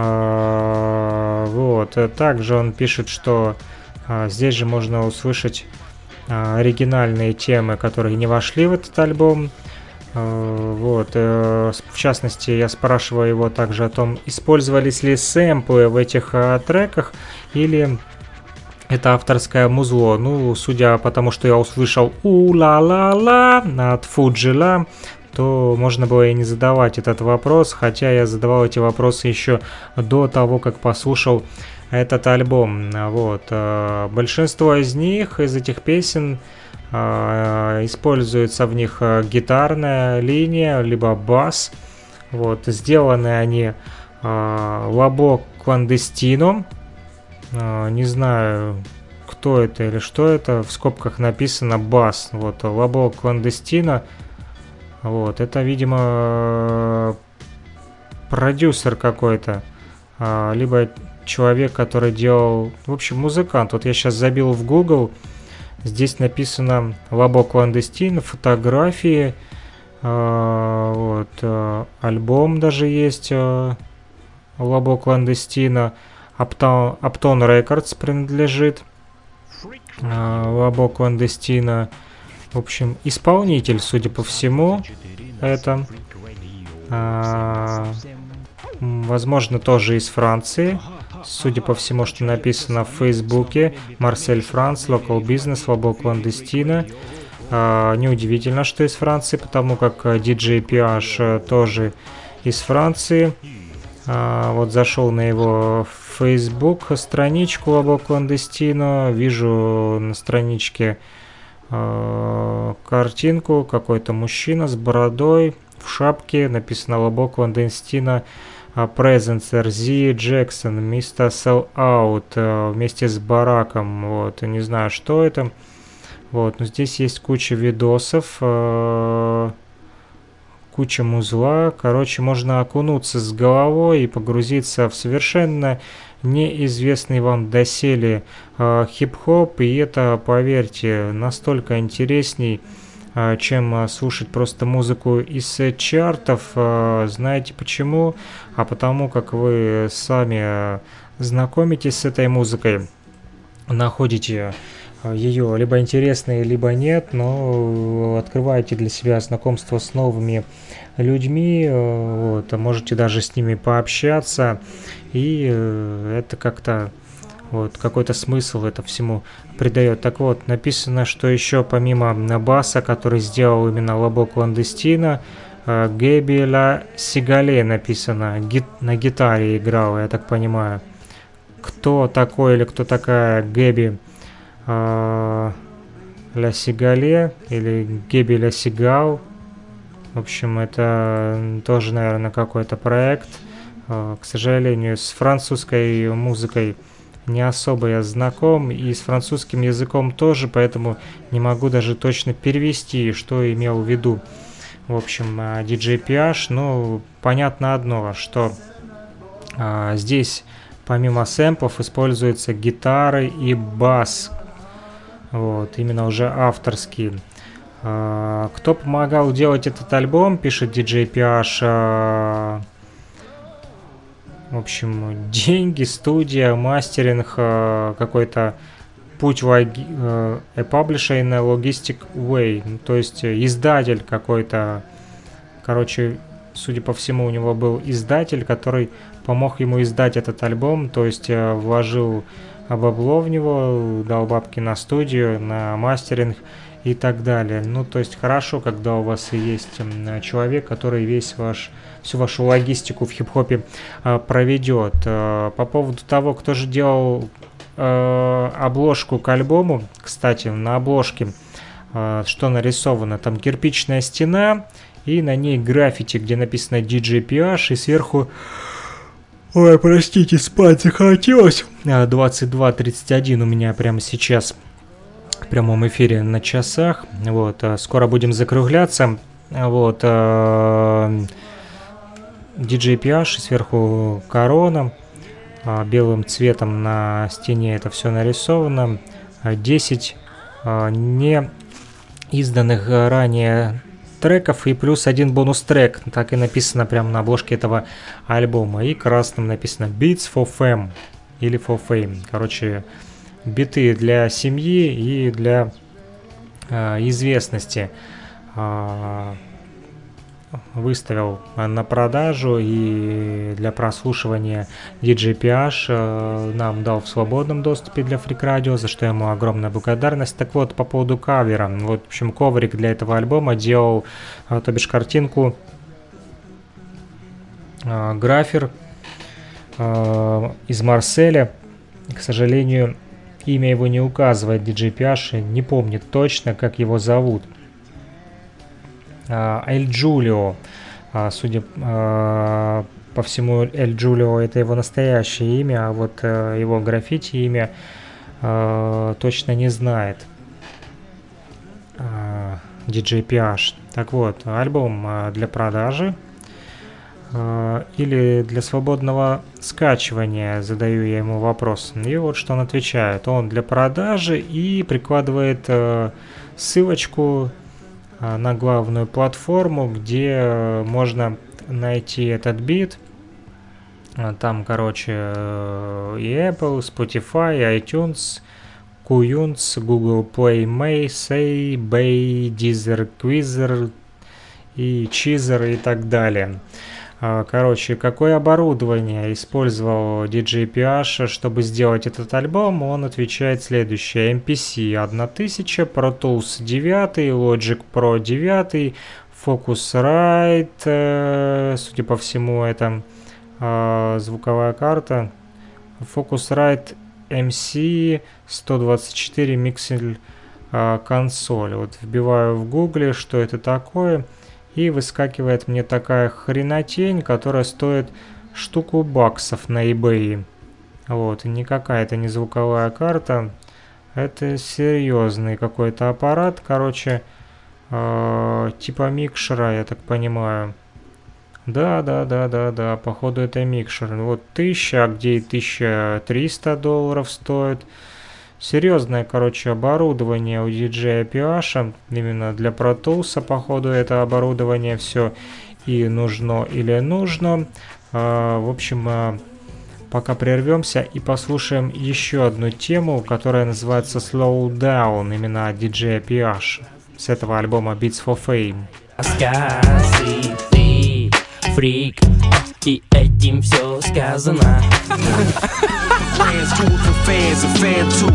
Вот. Также он пишет, что здесь же можно услышать оригинальные темы, которые не вошли в этот альбом. Вот, в частности, я спрашиваю его также о том, использовались ли сэмплы в этих треках, или это авторское музло. Ну, судя по тому, что я услышал «У-ла-ла-ла» от Фуджила, то можно было и не задавать этот вопрос, хотя я задавал эти вопросы еще до того, как послушал этот альбом. Вот. Большинство из них, из этих песен, используется в них гитарная линия, либо бас. Вот. Сделаны они Лабо Кландестино. Не знаю, кто это или что это. В скобках написано бас. Вот. Лабо Кландестино. Вот. Это, видимо, продюсер какой-то. Либо человек, который делал... В общем, музыкант. Вот я сейчас забил в Google. Здесь написано Лабо Кландестино, фотографии. Вот. Альбом даже есть. Лабо Кландестино. Uptown Records принадлежит. Лабо Кландестино. В общем, исполнитель, судя по всему, это... возможно, тоже из Франции. Судя по всему, что написано в Фейсбуке. Марсель Франц, Local Business, Лабо Кландестино. Неудивительно, что из Франции, потому как DJ PH тоже из Франции. Вот зашел на его Facebook страничку Лабо Кландестино. Вижу на страничке картинку. Какой-то мужчина с бородой в шапке. Написано Лабо Кландестино. Presence RZ Jackson, Mr. Sell Out вместе с Бараком. Вот, не знаю, что это. Вот, но здесь есть куча видосов, куча музла. Короче, можно окунуться с головой и погрузиться в совершенно неизвестный вам доселе хип-хоп. И это, поверьте, настолько интересней, чем слушать просто музыку из чартов. Знаете почему? А потому как вы сами знакомитесь с этой музыкой, находите ее либо интересной, либо нет, но открываете для себя знакомство с новыми людьми, вот, можете даже с ними пообщаться, и это как-то вот какой-то смысл это всему придает. Так вот, написано, что еще помимо баса, который сделал именно Лабо Кландестино, Гэби Ла Сигале написано, на гитаре играл, я так понимаю. Кто такой или кто такая Гэби Ла Сигале или Гэби Ла Сигал? В общем, это тоже, наверное, какой-то проект. К сожалению, с французской музыкой не особо я знаком, и с французским языком тоже, поэтому не могу даже точно перевести, что имел в виду. В общем, DJ PH, ну, понятно одно, что здесь помимо сэмплов используются гитары и бас. Вот, именно уже авторские. Кто помогал делать этот альбом, пишет DJ PH. В общем, деньги, студия, мастеринг, какой-то путь в a publisher in a logistic way. То есть издатель какой-то. Короче, судя по всему, у него был издатель, который помог ему издать этот альбом. То есть вложил бабло в него, дал бабки на студию, на мастеринг и так далее. Ну, то есть хорошо, когда у вас есть человек, который всю вашу логистику в хип-хопе проведет. По поводу того, кто же делал обложку к альбому, кстати, на обложке что нарисовано? Там кирпичная стена и на ней граффити, где написано DJ PH, и сверху... Ой, простите, спать захотелось. 22:31 у меня прямо сейчас в прямом эфире на часах. Вот, скоро будем закругляться. Вот, DJ PH, сверху корона, белым цветом на стене это все нарисовано. 10 не изданных ранее треков и плюс один бонус трек, так и написано прямо на обложке этого альбома, и красным написано Beats for Fame или for Fame. Короче, биты для семьи и для известности. выставил на продажу и для прослушивания DJ PH нам дал в свободном доступе для Freak Radio, за что ему огромная благодарность. Так вот, по поводу кавера. Вот, в общем, коврик для этого альбома делал, то бишь картинку, графер из Марселя. К сожалению, имя его не указывает DJ PH, не помнит точно, как его зовут. Эль Джулио. Судя по всему, Эль Джулио — это его настоящее имя, а вот его граффити имя точно не знает DJ PH. Так вот, альбом для продажи или для свободного скачивания, задаю я ему вопрос. И вот что он отвечает. Он для продажи и прикладывает ссылочку на главную платформу, где можно найти этот бит. Там, короче, и Apple, Spotify, iTunes, QuYunes, Google Play, Say, Bay, Deezer, Quizzer и Cheezer и так далее. Короче, какое оборудование использовал DJ PH, чтобы сделать этот альбом? Он отвечает следующее. MPC 1000, Pro Tools 9, Logic Pro 9, Focusrite, судя по всему, это звуковая карта, Focusrite MC 124 Mixel консоль. Вот вбиваю в гугле, что это такое, и выскакивает мне такая хренотень, которая стоит штуку баксов на eBay. Вот, и никакая это не звуковая карта, это серьезный какой-то аппарат, короче, типа микшера, я так понимаю. Да, походу это микшер. Вот 1000, а где и $1300 стоит. Серьезное, короче, оборудование у DJ PH, именно для Pro Tools, походу, это оборудование все и нужно или нужно. В общем, пока прервемся и послушаем еще одну тему, которая называется Slow Down, именно от DJ PH, с этого альбома Beats for Fame. Сказки, ты фрик, и этим все сказано. Friends, tools for fans, and fan too.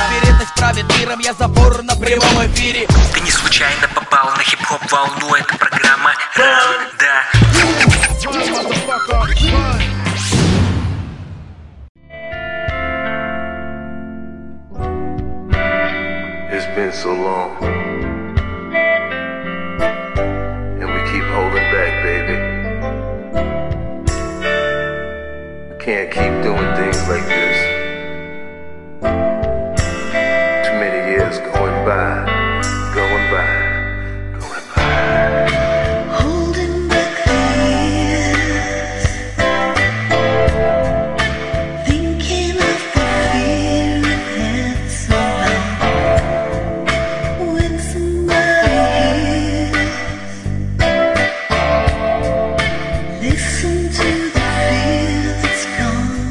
Я забор на прямом эфире. Ты не случайно попал на хип-хоп волну, это been so long. And we keep holding back, baby. We can't keep doing things like this. Too many years going by, going by, going by. Holding back the years, thinking of the fear it had so long. When somebody hears, listen to the fear that's gone.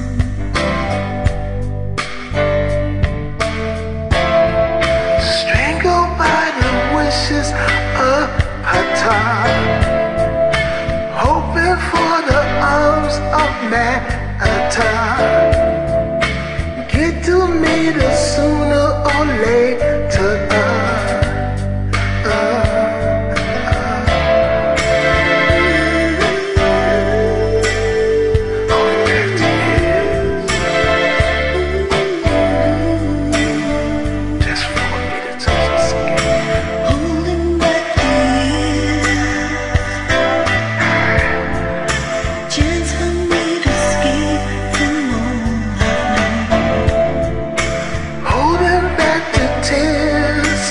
Strangled by the wishes of her time, hoping for the arms of matter. Get to meet us sooner or later. Just for me to touch her skin. Holding back the years, chance for me to escape from all I've known. Holding back the tears.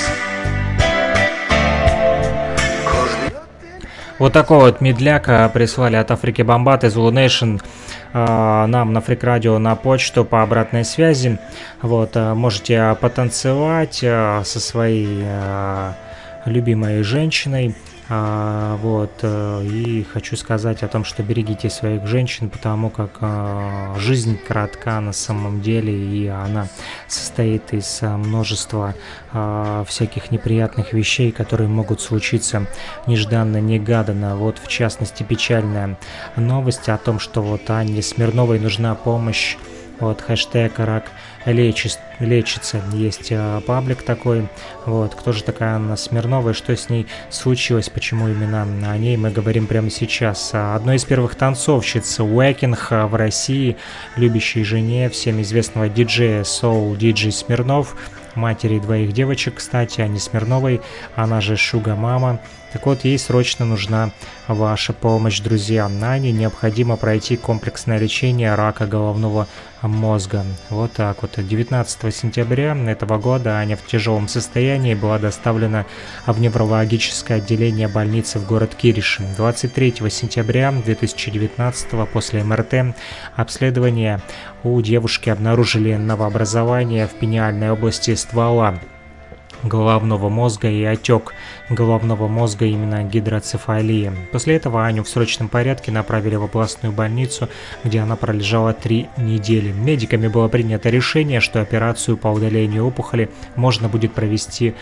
Вот такой вот медляк прислали от Африки Бомбат из Zulu Nation нам на Freak Radio на почту по обратной связи. Вот, можете потанцевать со своей любимой женщиной. Вот, и хочу сказать о том, что берегите своих женщин, потому как жизнь коротка на самом деле, и она состоит из множества всяких неприятных вещей, которые могут случиться нежданно-негаданно. Вот, в частности, печальная новость о том, что вот Анне Смирновой нужна помощь. Вот, хэштег «Рак лечится». Есть паблик такой. Вот, кто же такая Анна Смирнова и что с ней случилось, почему именно о ней мы говорим прямо сейчас. Одной из первых танцовщиц Уэкинг в России, любящей жене всем известного диджея Soul DJ Смирнов, матери двоих девочек, кстати, Анне Смирновой, она же Шуга Мама. Так вот, ей срочно нужна ваша помощь, друзья. Ане необходимо пройти комплексное лечение рака головного мозга. Вот так вот. 19 сентября этого года Аня в тяжелом состоянии была доставлена в неврологическое отделение больницы в город Кириши. 23 сентября 2019 после МРТ обследования у девушки обнаружили новообразование в пениальной области ствола головного мозга и отек головного мозга, именно гидроцефалия. После этого Аню в срочном порядке направили в областную больницу, где она пролежала 3 недели. Медиками было принято решение, что операцию по удалению опухоли можно будет провести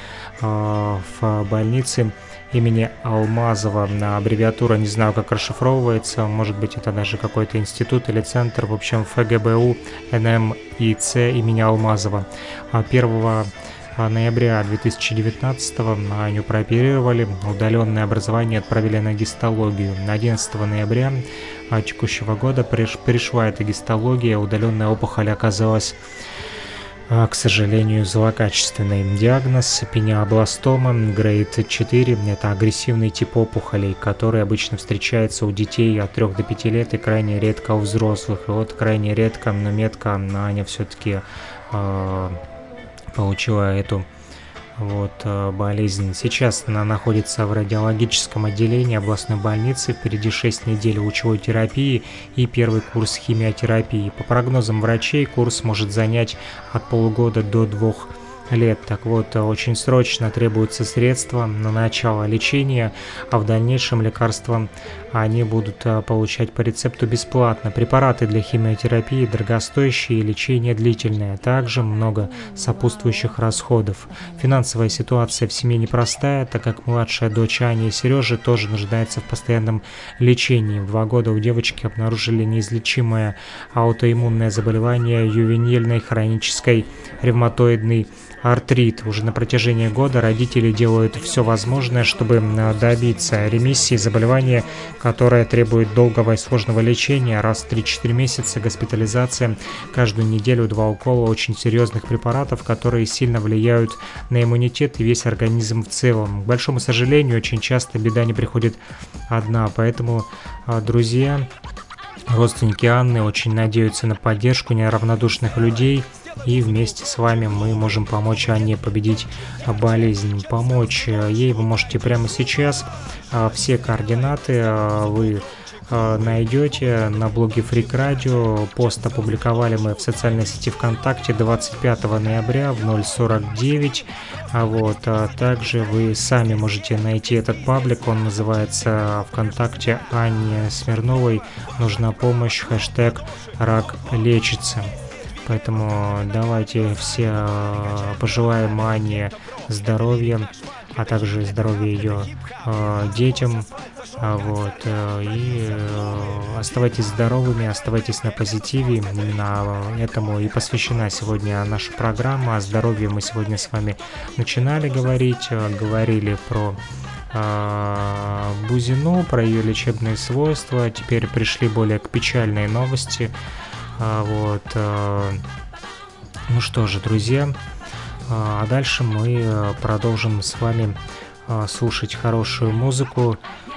в больнице имени Алмазова. Аббревиатура не знаю, как расшифровывается, может быть, это даже какой-то институт или центр, в общем, ФГБУ НМИЦ имени Алмазова. 1 ноября 2019-го Аню прооперировали, удаленное образование отправили на гистологию. 11 ноября текущего года пришла эта гистология, удаленная опухоль оказалась, к сожалению, злокачественный. Диагноз пениобластома грейд 4 – это агрессивный тип опухолей, который обычно встречается у детей от 3 до 5 лет и крайне редко у взрослых. И вот крайне редко, но метко Аня все-таки получила эту болезнь. Сейчас она находится в радиологическом отделении областной больницы. Впереди 6 недель лучевой терапии и первый курс химиотерапии. По прогнозам врачей, курс может занять от полугода до 2 лет. Так вот, очень срочно требуются средства на начало лечения, а в дальнейшем лекарства они будут получать по рецепту бесплатно. Препараты для химиотерапии дорогостоящие, лечение длительное, также много сопутствующих расходов. Финансовая ситуация в семье непростая, так как младшая дочь Ани и Сережи тоже нуждается в постоянном лечении. В 2 года у девочки обнаружили неизлечимое аутоиммунное заболевание ювенильной хронической ревматоидной артрит. Уже на протяжении года родители делают все возможное, чтобы добиться ремиссии заболевания, которое требует долгого и сложного лечения. Раз в 3-4 месяца госпитализация, каждую неделю 2 укола очень серьезных препаратов, которые сильно влияют на иммунитет и весь организм в целом. К большому сожалению, очень часто беда не приходит одна, поэтому, друзья, родственники Анны очень надеются на поддержку неравнодушных людей, и вместе с вами мы можем помочь Анне победить болезнь. Помочь ей вы можете прямо сейчас. Все координаты вы найдете на блоге Freak Radio. Пост опубликовали мы в социальной сети ВКонтакте 25 ноября в 0:49. Также вы сами можете найти этот паблик. Он называется ВКонтакте Анне Смирновой «Нужна помощь», хэштег «Рак лечится». Поэтому давайте все пожелаем Анне здоровья, а также здоровья ее детям. И оставайтесь здоровыми, оставайтесь на позитиве. Именно этому и посвящена сегодня наша программа. О здоровье мы сегодня с вами начинали говорить. Говорили про бузину, про ее лечебные свойства. Теперь пришли более к печальной новости. Ну что же, друзья, а дальше мы продолжим с вами слушать хорошую музыку.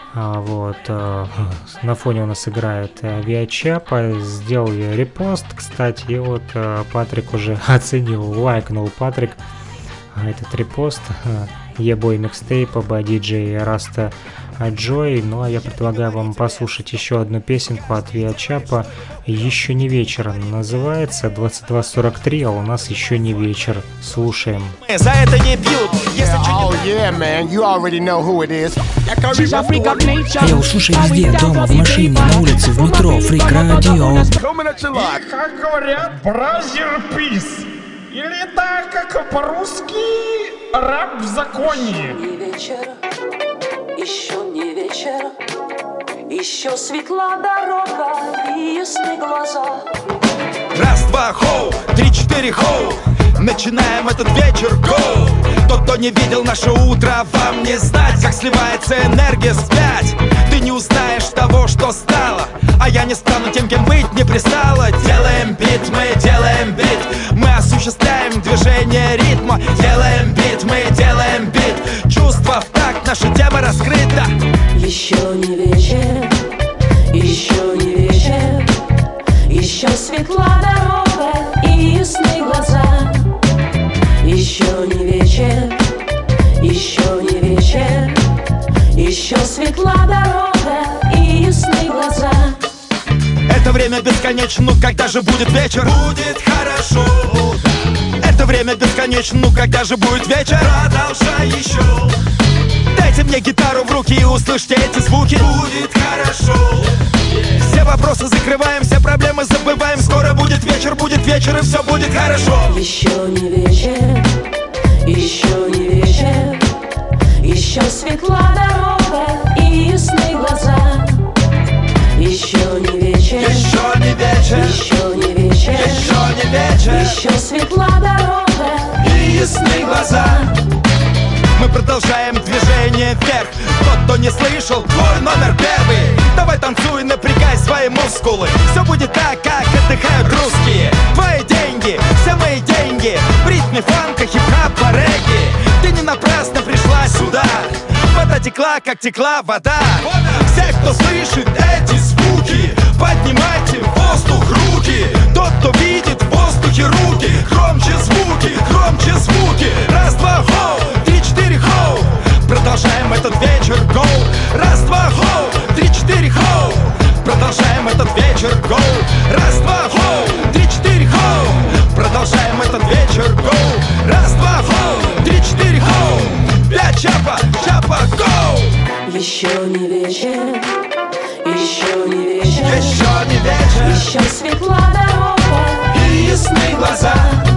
На фоне у нас играет Авиачапа. Сделал я репост, кстати, и Патрик уже оценил, лайкнул Патрик этот репост. Ебой микстейпа by DJ Rasta Joy. Ну а я предлагаю вам послушать еще одну песенку от Авиачапа. «Еще не вечер» называется, 22:43, а у нас еще не вечер. Слушаем. За это не бьют. Йоу, слушай везде, дома, в машине, на улице, в метро, Freak Radio. И, как говорят, бразер пис. Или так, как по-русски, раб в законе. Не вечер, еще не вечер, еще светла дорога и ясны глаза. Раз, два, хоу, 3-4, хоу. Начинаем этот вечер, гоу. Тот, кто не видел наше утро, вам не знать, как сливается энергия вспять. Ты не узнаешь того, что стало, а я не стану тем, кем быть не пристало. Делаем бит, мы делаем бит, мы осуществляем движение ритма. Делаем бит, мы делаем бит, чувства в такт, наша тема раскрыта. Еще не вечер, еще не вечер, еще светла дорога и ясны глаза. Еще не вечер, еще не вечер, еще светла дорога и ясны глаза. Это время бесконечно, ну когда же будет вечер? Будет хорошо. Это время бесконечно, ну когда же будет вечер? Продолжай еще. Дайте мне гитару в руки и услышьте эти звуки. Будет хорошо. Все вопросы закрываем, все проблемы забываем. Скоро будет вечер и все будет хорошо. Еще не вечер, еще не вечер, еще светла дорога и ясны глаза. Еще не вечер, еще не вечер, еще не вечер, еще не вечер, еще светла дорога и ясны глаза. Мы продолжаем движение вверх. Тот, кто не слышал, твой номер первый. Давай танцуй, напрягай свои мускулы. Все будет так, как отдыхают русские. Твои деньги, все мои деньги. В ритме фанка, хип-хапа, регги. Ты не напрасно пришла сюда. Вода текла, как текла вода. Все, кто слышит эти звуки, поднимайте в воздух руки. Тот, кто видит в воздухе руки, громче звуки, громче звуки. Раз, два, хоу, 3-4, хоу. Продолжаем этот вечер, гоу. Раз, два, хоу, 3-4, хоу. Продолжаем этот вечер, гоу. Раз, два, хоу, 3-4, хоу. Продолжаем этот вечер, гоу. Раз, два, хоу, 3-4, хоу. Пять, чапа, чапа, гоу. Еще не вечер, еще не вечер, еще не вечер, еще светла дорога и ясны глаза.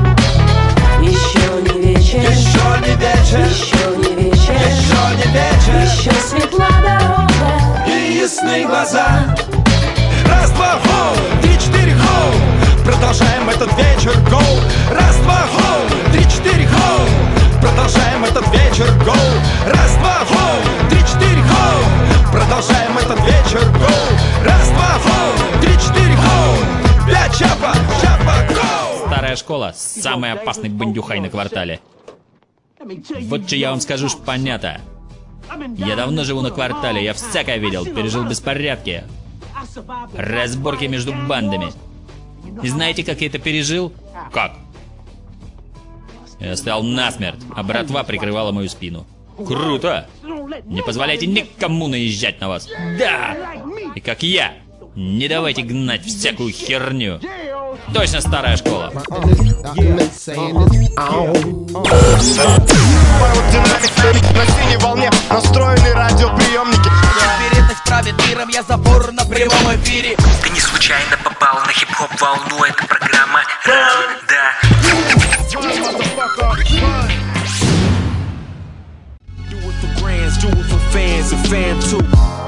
Еще не вечер, еще не вечер, еще не вечер, еще не вечер, еще светла дорога и ясны глаза. Раз, два, хоу, 3-4, хоу. Продолжаем этот вечер, гоу. Раз, два, хоу, 3, 4, хоу. Продолжаем этот вечер, гоу. Раз, два, хоу, 3, 4, хоу. Продолжаем этот вечер, гоу. Раз, два, хоу, 3, 4, хоу. 5 чапа, гоу. Старая школа, самый опасный бандюхай на квартале. Вот что я вам скажу, шпанята. Я давно живу на квартале, я всякое видел, пережил беспорядки, разборки между бандами. И знаете, как я это пережил? Как? Я стоял насмерть, а братва прикрывала мою спину. Круто! Не позволяйте никому наезжать на вас. Да! И как я, не давайте гнать всякую херню. Точно старая школа. На синей волне настроены радиоприемники. Вероятность правит миром, я забор на прямом эфире. Ты не случайно попал на хип-хоп волну, это программа «Да». Do it for grands, do it for fans and fam too.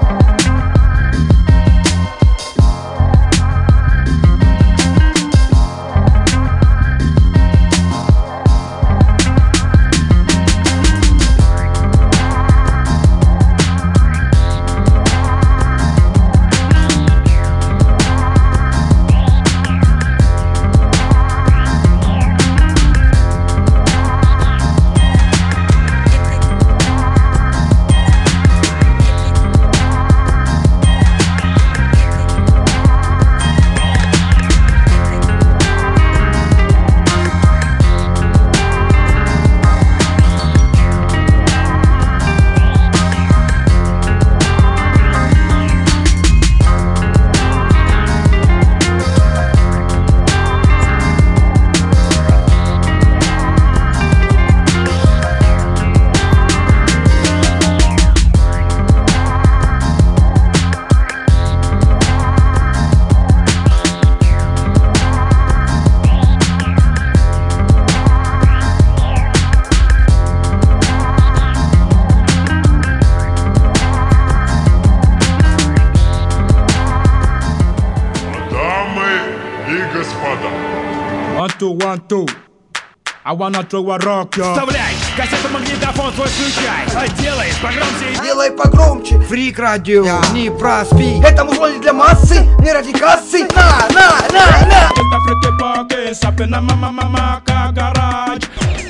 One, two. I wanna throw a rock, yo. Вставляй, кассету, магнитофон свой включай. Делай погромче. Делай погромче. Фрик радио, не проспи. Это музло не для массы, не ради кассы. На. Это фрики-поки, сапина мама гараж.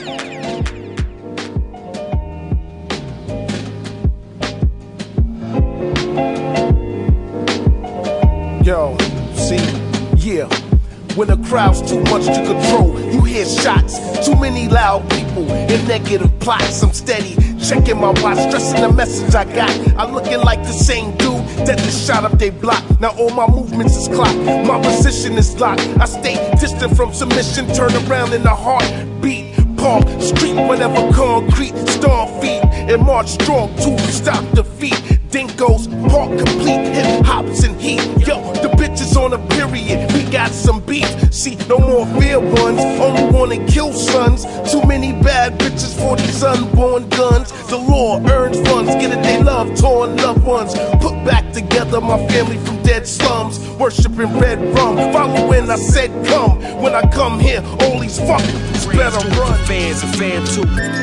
Yo, see, yeah. When the crowd's too much to control, you hear shots, too many loud people and negative plots. I'm steady, checking my watch, stressing the message I got. I'm looking like the same dude that just shot up they block. Now all my movements is clocked, my position is locked. I stay distant from submission, turn around in the heartbeat. Park, street, whatever, concrete, star feet, and march strong to stop defeat. Dinkos, park complete, hip hops and heat. Yo, the bitches on a period, we got some beef. See, no more fair ones, only wanna kill sons. Too many bad bitches for these unborn guns. The law earns funds, get it they love, torn loved ones. Put back together my family from dead slums. Worshipping red rum, follow when I said come. When I come here, all these fuckers better run. Fans and fam too.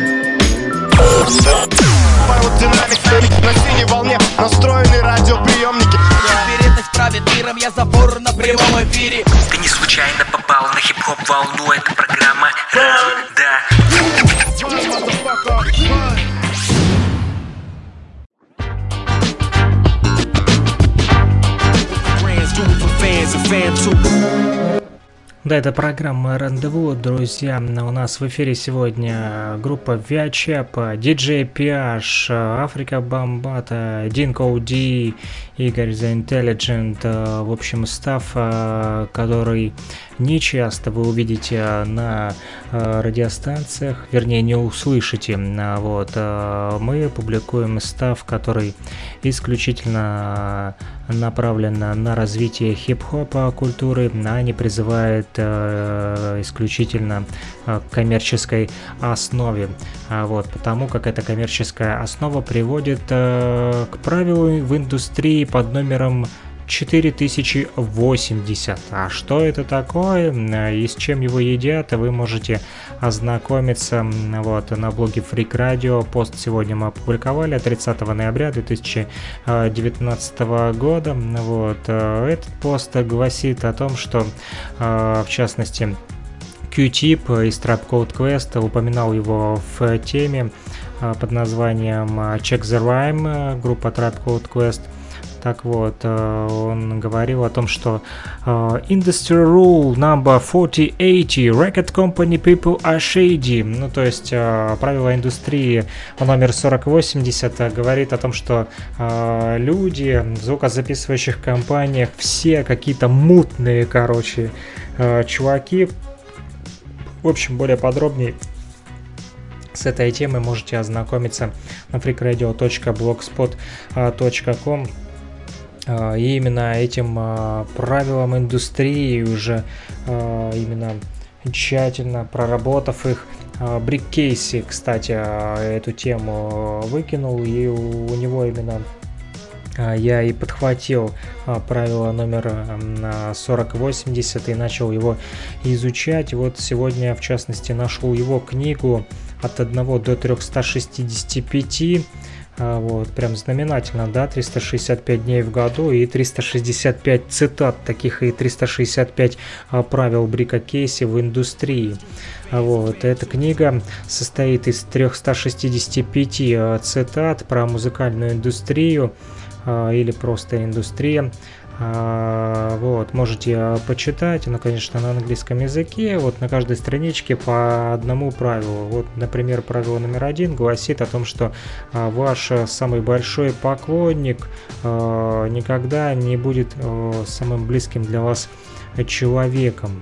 На синей волне настроены радиоприемники. Вероятность правит миром, я забор на прямом эфире. Ты не случайно попал на хип-хоп волну, это программа «Да». Да, это программа «Рандеву», друзья. У нас в эфире сегодня группа ViaChap, DJ PH, Afrika Bambaataa, Dinko D, Игорь The Intelligent. В общем, став, который не часто вы увидите на радиостанциях, вернее, не услышите. Вот. Мы публикуем став, который исключительно направлен на развитие хип-хопа культуры, а не призывает исключительно к коммерческой основе. Вот, потому как эта коммерческая основа приводит к правилу в индустрии под номером 4080. А что это такое и с чем его едят, вы можете ознакомиться вот на блоге Freak Radio. Пост сегодня мы опубликовали 30 ноября 2019 года. Вот. Этот пост гласит о том, что в частности Q-Tip из Tribe Called Quest упоминал его в теме под названием Check the Rhyme, группа Tribe Called Quest. Так вот, он говорил о том, что Industry Rule number 4080, Record Company People are shady. Ну, то есть, правило индустрии номер 4080 говорит о том, что люди в звукозаписывающих компаниях все какие-то мутные, короче, чуваки. В общем, более подробнее с этой темой можете ознакомиться на freakradio.blogspot.com. И именно этим правилам индустрии, уже именно тщательно проработав их, Брик Кейси, кстати, эту тему выкинул, и у него именно я и подхватил правило номер 4080 и начал его изучать. Вот сегодня, в частности, нашел его книгу «От 1 до 365». Вот, прям знаменательно, да, 365 дней в году и 365 цитат таких, и 365 правил Брика Кейси в индустрии. Вот, эта книга состоит из 365 цитат про музыкальную индустрию или просто индустрия. Вот, можете почитать, но, конечно, на английском языке. Вот на каждой страничке по одному правилу. Вот, например, правило номер 1 гласит о том, что ваш самый большой поклонник никогда не будет самым близким для вас человеком.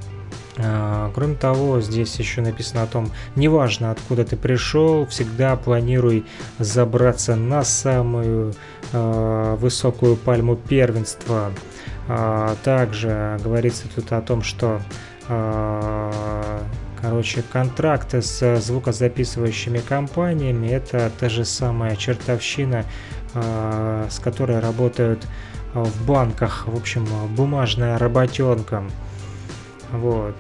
Кроме того, здесь еще написано о том, неважно откуда ты пришел, всегда планируй забраться на самую высокую пальму первенства. Также говорится тут о том, что контракты с звукозаписывающими компаниями — это та же самая чертовщина, с которой работают в банках. В общем, бумажная работенка. Вот.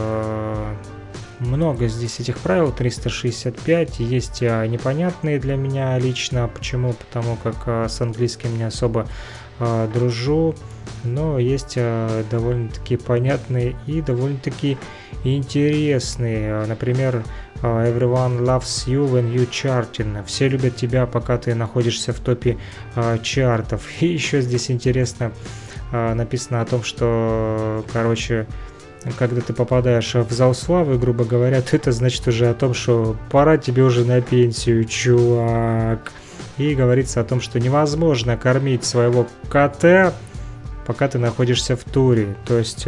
Много здесь этих правил, 365. Есть непонятные для меня лично. Почему? Потому как с английским не особо дружу. Но есть довольно-таки понятные и довольно-таки интересные. Например, Everyone loves you when you charting. Все любят тебя, пока ты находишься в топе чартов. И еще здесь интересно написано о том, что, когда ты попадаешь в зал славы, грубо говоря, то это значит уже о том, что пора тебе уже на пенсию, чувак. И говорится о том, что невозможно кормить своего кота, пока ты находишься в туре. То есть,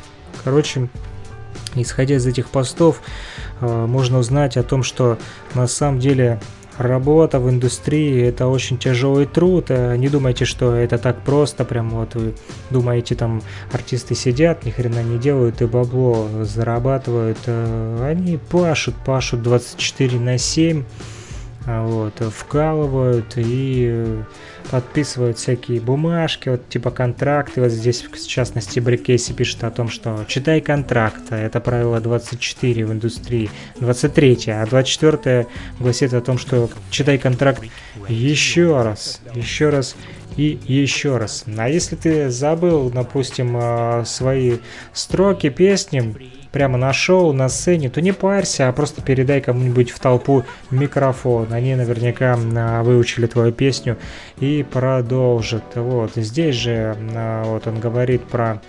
исходя из этих постов, можно узнать о том, что на самом деле работа в индустрии — это очень тяжелый труд. Не думайте, что это так просто. Прям вот вы думаете, там артисты сидят, ни хрена не делают и бабло зарабатывают. Они пашут 24/7. Вот, вкалывают и подписывают всякие бумажки, вот типа контракты. Вот здесь, в частности, Брик Кейси пишет о том, что читай контракт. Это правило 24 в индустрии, 23, а 24 гласит о том, что читай контракт еще раз и еще раз. А если ты забыл, допустим, свои строки песни прямо нашел на сцене, то не парься, а просто передай кому-нибудь в толпу микрофон. Они наверняка выучили твою песню и продолжат. Вот здесь же вот он говорит про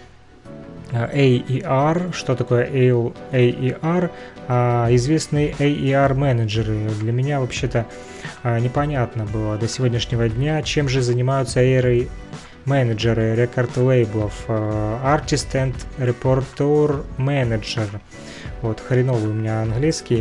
AER. Что такое AER? Известные AER менеджеры. Для меня вообще-то непонятно было до сегодняшнего дня, чем же занимаются AER менеджеры рекорд-лейблов. Artist and Repertoire Manager. Вот, хреновый у меня английский.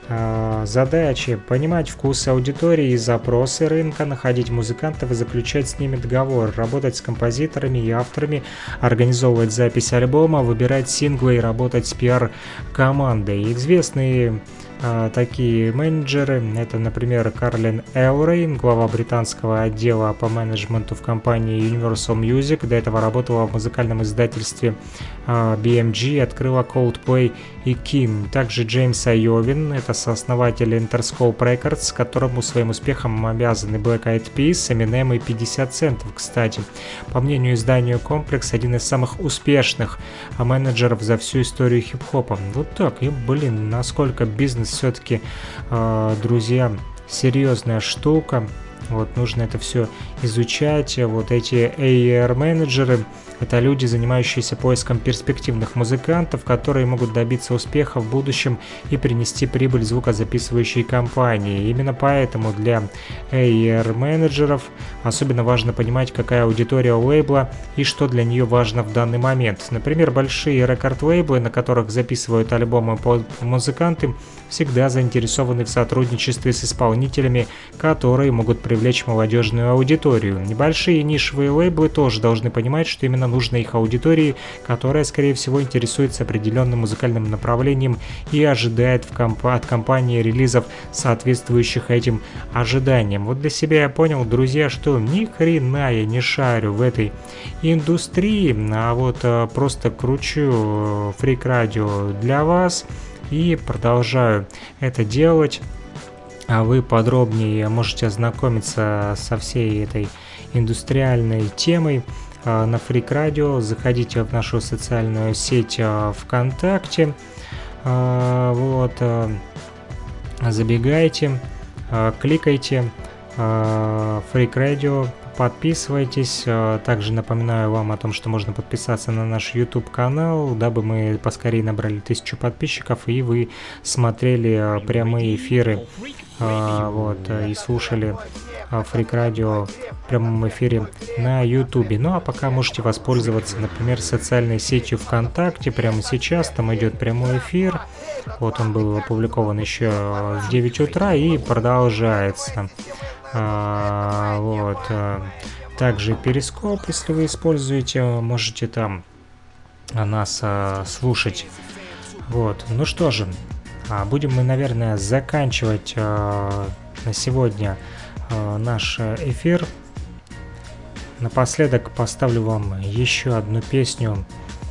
Задачи: понимать вкусы аудитории и запросы рынка, находить музыкантов и заключать с ними договор, работать с композиторами и авторами, организовывать запись альбома, выбирать синглы и работать с пиар-командой. Известные такие менеджеры, это, например, Карлин Элрейн, глава британского отдела по менеджменту в компании Universal Music, до этого работала в музыкальном издательстве BMG, открыла Coldplay и King. Также Джеймс Айовин, это сооснователь Interscope Records, которому своим успехом обязаны Black Eyed Peas, Eminem и 50 Cent, кстати. По мнению издания Complex, один из самых успешных менеджеров за всю историю хип-хопа. Вот так, и блин, насколько бизнес все-таки, друзья, серьезная штука. Вот, нужно это все изучать. Вот эти AR-менеджеры — это люди, занимающиеся поиском перспективных музыкантов, которые могут добиться успеха в будущем и принести прибыль звукозаписывающей компании. Именно поэтому для AR-менеджеров особенно важно понимать, какая аудитория у лейбла и что для нее важно в данный момент. Например, большие рекорд-лейблы, на которых записывают альбомы музыканты, всегда заинтересованы в сотрудничестве с исполнителями, которые могут привлечь молодежную аудиторию. Небольшие нишевые лейблы тоже должны понимать, что именно нужно их аудитории, которая, скорее всего, интересуется определенным музыкальным направлением и ожидает от компании релизов, соответствующих этим ожиданиям. Вот для себя я понял, друзья, что ни хрена я не шарю в этой индустрии, а вот просто кручу Freak Radio для вас и продолжаю это делать. А вы подробнее можете ознакомиться со всей этой индустриальной темой на Freak Radio. Заходите в нашу социальную сеть ВКонтакте, вот, забегайте, кликайте Freak Radio, подписывайтесь. Также напоминаю вам о том, что можно подписаться на наш YouTube канал, дабы мы поскорее набрали 1000 подписчиков и вы смотрели прямые эфиры, вот, и слушали Freak Radio в прямом эфире на YouTube. Ну а пока можете воспользоваться, например, социальной сетью ВКонтакте. Прямо сейчас там идет прямой эфир. Вот он был опубликован еще в 9 утра и продолжается. Вот. Также Перископ, если вы используете, можете там нас слушать. Вот. Ну что же, будем мы, наверное, заканчивать на сегодня наш эфир. Напоследок поставлю вам еще одну песню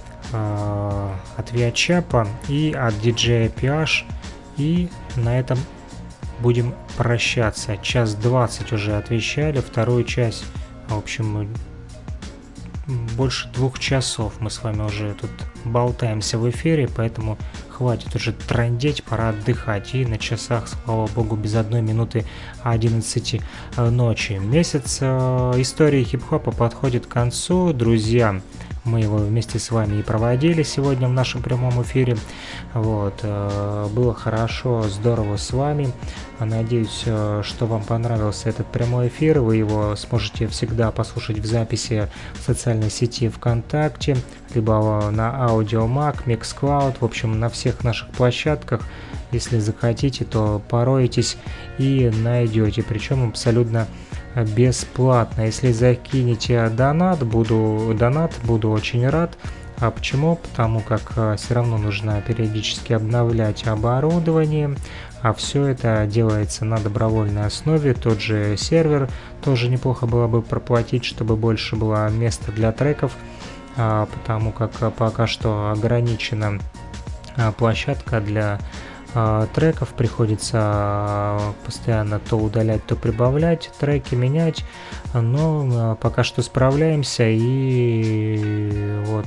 от Виачапа и от диджея PH, и на этом будем прощаться. 1:20 уже отвечали, вторую часть, в общем, больше 2 часов мы с вами уже тут болтаемся в эфире, поэтому хватит уже трындеть, пора отдыхать. И на часах, слава богу, без 1 минуты 11 ночи. Месяц истории хип-хопа подходит к концу, друзья. Мы его вместе с вами и проводили сегодня в нашем прямом эфире. Вот, было хорошо, здорово с вами. Надеюсь, что вам понравился этот прямой эфир. Вы его сможете всегда послушать в записи в социальной сети ВКонтакте, либо на Audiomack, Mixcloud, в общем, на всех наших площадках. Если захотите, то поройтесь и найдете, причем абсолютно бесплатно. Если закинете донат, буду очень рад. А почему? Потому как все равно нужно периодически обновлять оборудование, а все это делается на добровольной основе. Тот же сервер тоже неплохо было бы проплатить, чтобы больше было места для треков, потому как пока что ограничена площадка для треков, приходится постоянно то удалять, то прибавлять треки, менять, но пока что справляемся и вот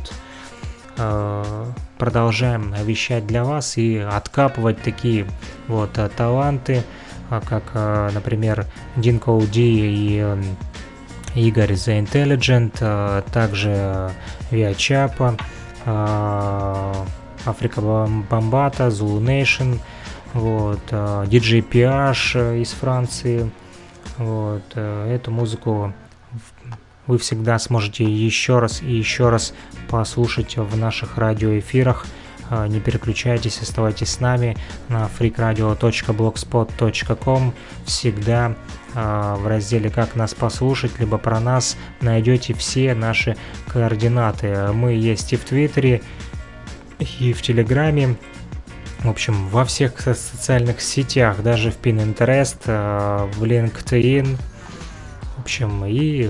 продолжаем вещать для вас и откапывать такие вот таланты, как, например, Динко Ди и Игорь The Intelligent, также Виачапа, Африка Бомбата, Zulu Nation, вот, DJ PH из Франции. Вот, эту музыку вы всегда сможете еще раз и еще раз послушать в наших радиоэфирах Не переключайтесь, оставайтесь с нами на freakradio.blogspot.com. Всегда в разделе «Как нас послушать», либо «Про нас» найдете все наши координаты. Мы есть и в Твиттере, и в Телеграме. В общем, во всех социальных сетях, даже в Pinterest, в LinkedIn. В общем, и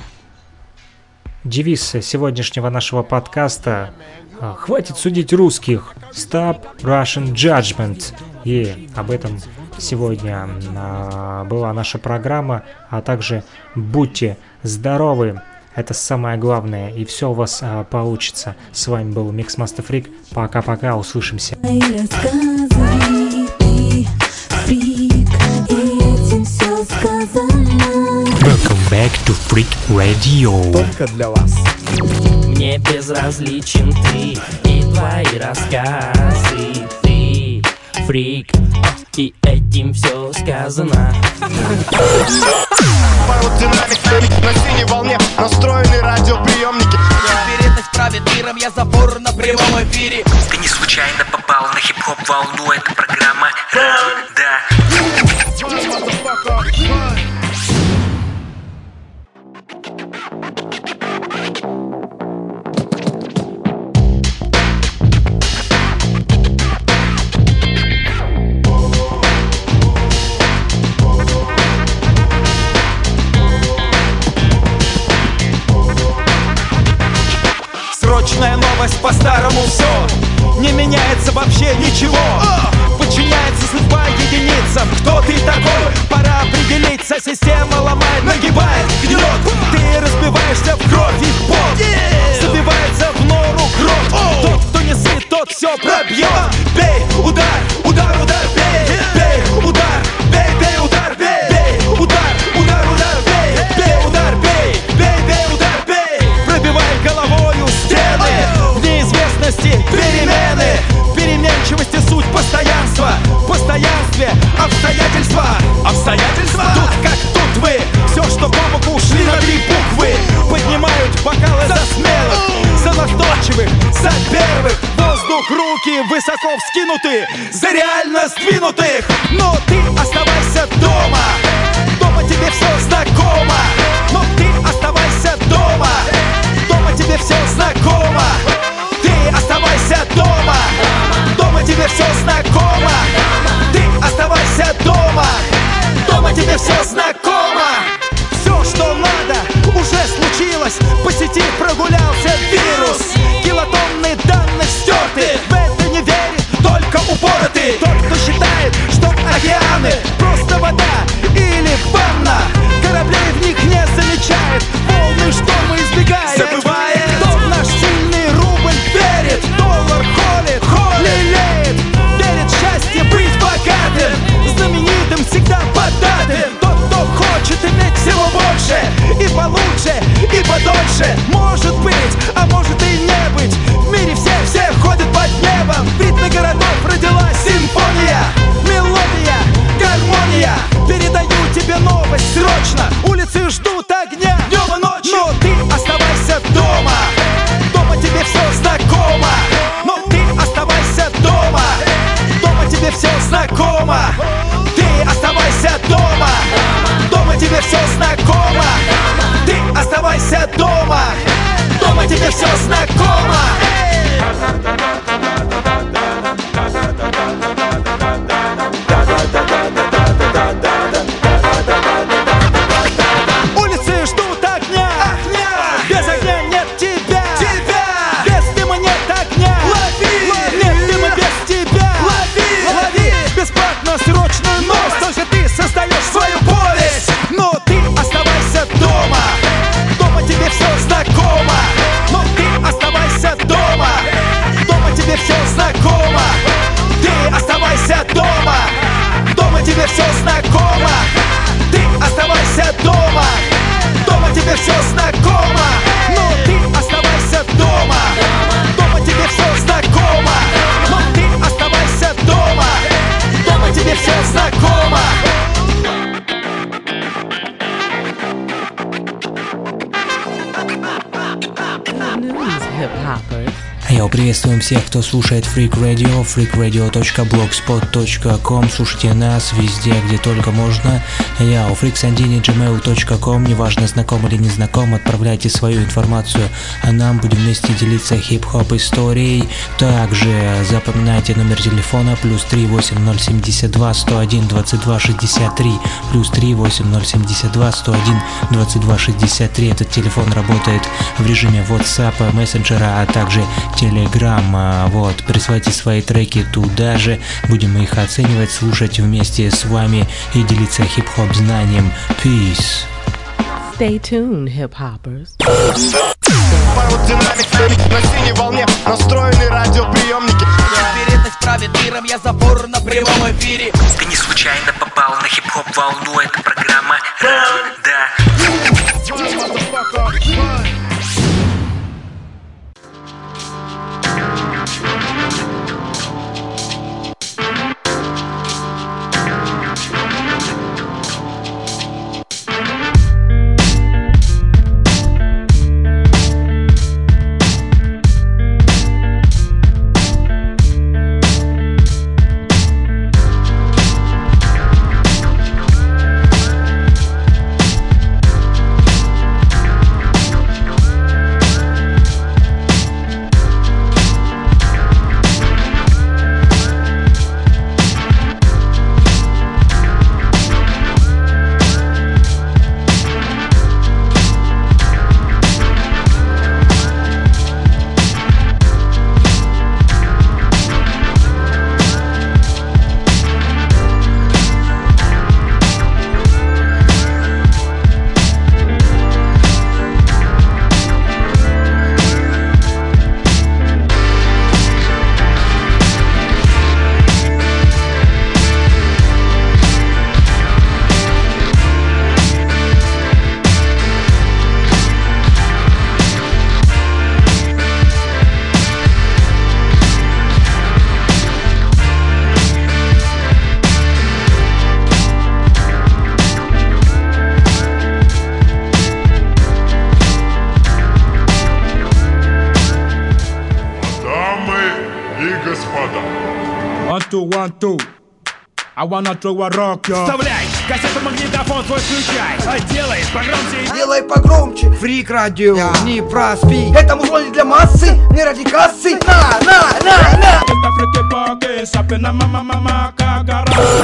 девиз сегодняшнего нашего подкаста: «Хватит судить русских! Stop Russian Judgment!» И об этом сегодня была наша программа, а также будьте здоровы! Это самое главное, и все у вас получится. С вами был Mixmaster Freak. Пока-пока, услышимся. Welcome back to Freak Radio. Только для вас. Мне безразличен ты и твои рассказы. Ты фрик, и этим все сказано. Динамик на синей волне настроены радиоприемники. Вероятность правит миром, я забор на прямом эфире. Ты не случайно попал на хип-хоп волну, это программа «Да». Срочная новость, по-старому все. Не меняется вообще ничего. Подчиняется судьба единицам. Кто ты такой? Пора определиться. Система ломает, нагибает, гнет. Ты разбиваешься в кровь и в пот. Забивается в нору кровь. Тот, кто не сыт, тот все пробьет. Бей, удар, удар, удар, бей. Бей, удар, бей, бей, удар, бей. Бей, удар, удар, удар, бей. Бей, удар, бей. Бей, бей, удар, бей. Пробивай головою стены. В неизвестности перемены. Переменчивости суть постоянства. В постоянстве обстоятельства. Обстоятельства? Тут как тут вы. Все, что по боку ушли на 3 буквы. Поднимают бокалы за смелых, за настойчивых, за первых. Воздух, руки высоко вскинуты, за реально сдвинутых. Но ты оставайся дома. Дома тебе все знакомо. Но ты оставайся дома. Дома тебе все знакомо. Ты оставайся дома. Дома тебе все знакомо. Ты оставайся дома. Дома тебе все знакомо. Все, что надо, уже случилось. По сети прогулялся вирус. Килотонны данных стерты. В это не верит только упоротый. Тот, кто считает, что океаны просто вода или ванна. Кораблей в них не замечает. Волны штормы избегает. Забывает. Кто в наш сильный рубль верит. Доллар холит, лелеет. Верит в счастье быть богатым. Знаменитым всегда податым. Тот, кто хочет иметь всего больше. И получше, и подольше. Может быть, а может и не быть. В мире все ходят под небом. В ритме городов родилась симфония. Мелодия, гармония. Передаю тебе новость срочно. Улицы ждут огня днем и ночью. Но ты оставайся дома. Дома тебе все знакомо. Но ты оставайся дома. Дома тебе все знакомо. Ты оставайся дома. Дома тебе все знакомо. Ты оставайся дома. Дома тебе все знакомо. Улицы ждут огня. Без огня нет тебя. Без дыма нет огня. Нет дыма без тебя. Лови бесплатно срочную новость. Только ты создаешь свою повесть. Но ты оставайся дома. Дома тебе все знакомо. Но ты оставайся дома. Дома тебе Приветствуем всех, кто слушает Freak Radio, freakradio.blogspot.com. Слушайте нас везде, где только можно. Я у freaksandini@gmail.com. Неважно, знаком или не знаком, отправляйте свою информацию, а нам будем вместе делиться хип-хоп историей. Также запоминайте номер телефона +3 8072 101 22 63, +3 8072 101 22 63. Этот телефон работает в режиме WhatsApp, мессенджера, а также Telegram. Вот, присылайте свои треки туда же, будем их оценивать, слушать вместе с вами и делиться хип-хоп знанием. Peace. Stay tuned, hip-hoppers. Динамик на синей волне настроены радиоприемники. Вероятность правит миром, я забор на прямом эфире. Ты не случайно попал на хип-хоп волну, это программа «Да». One, two. I wanna throw a rock, yo. Вставляй, кассету, магнитофон свой включай. Делай погромче. Делай погромче. Freak Radio, не проспи. Это музло не для массы, не ради кассы. На. Это фрики-поки, сапина мама кагара.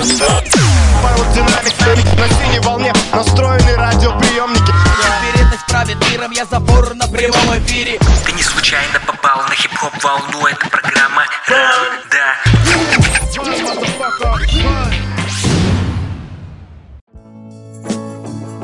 Динамик на синей волне настроены радиоприемники. Вероятность правит миром, я забор на прямом эфире. Ты не случайно попал на хип-хоп волну, это программа «Да».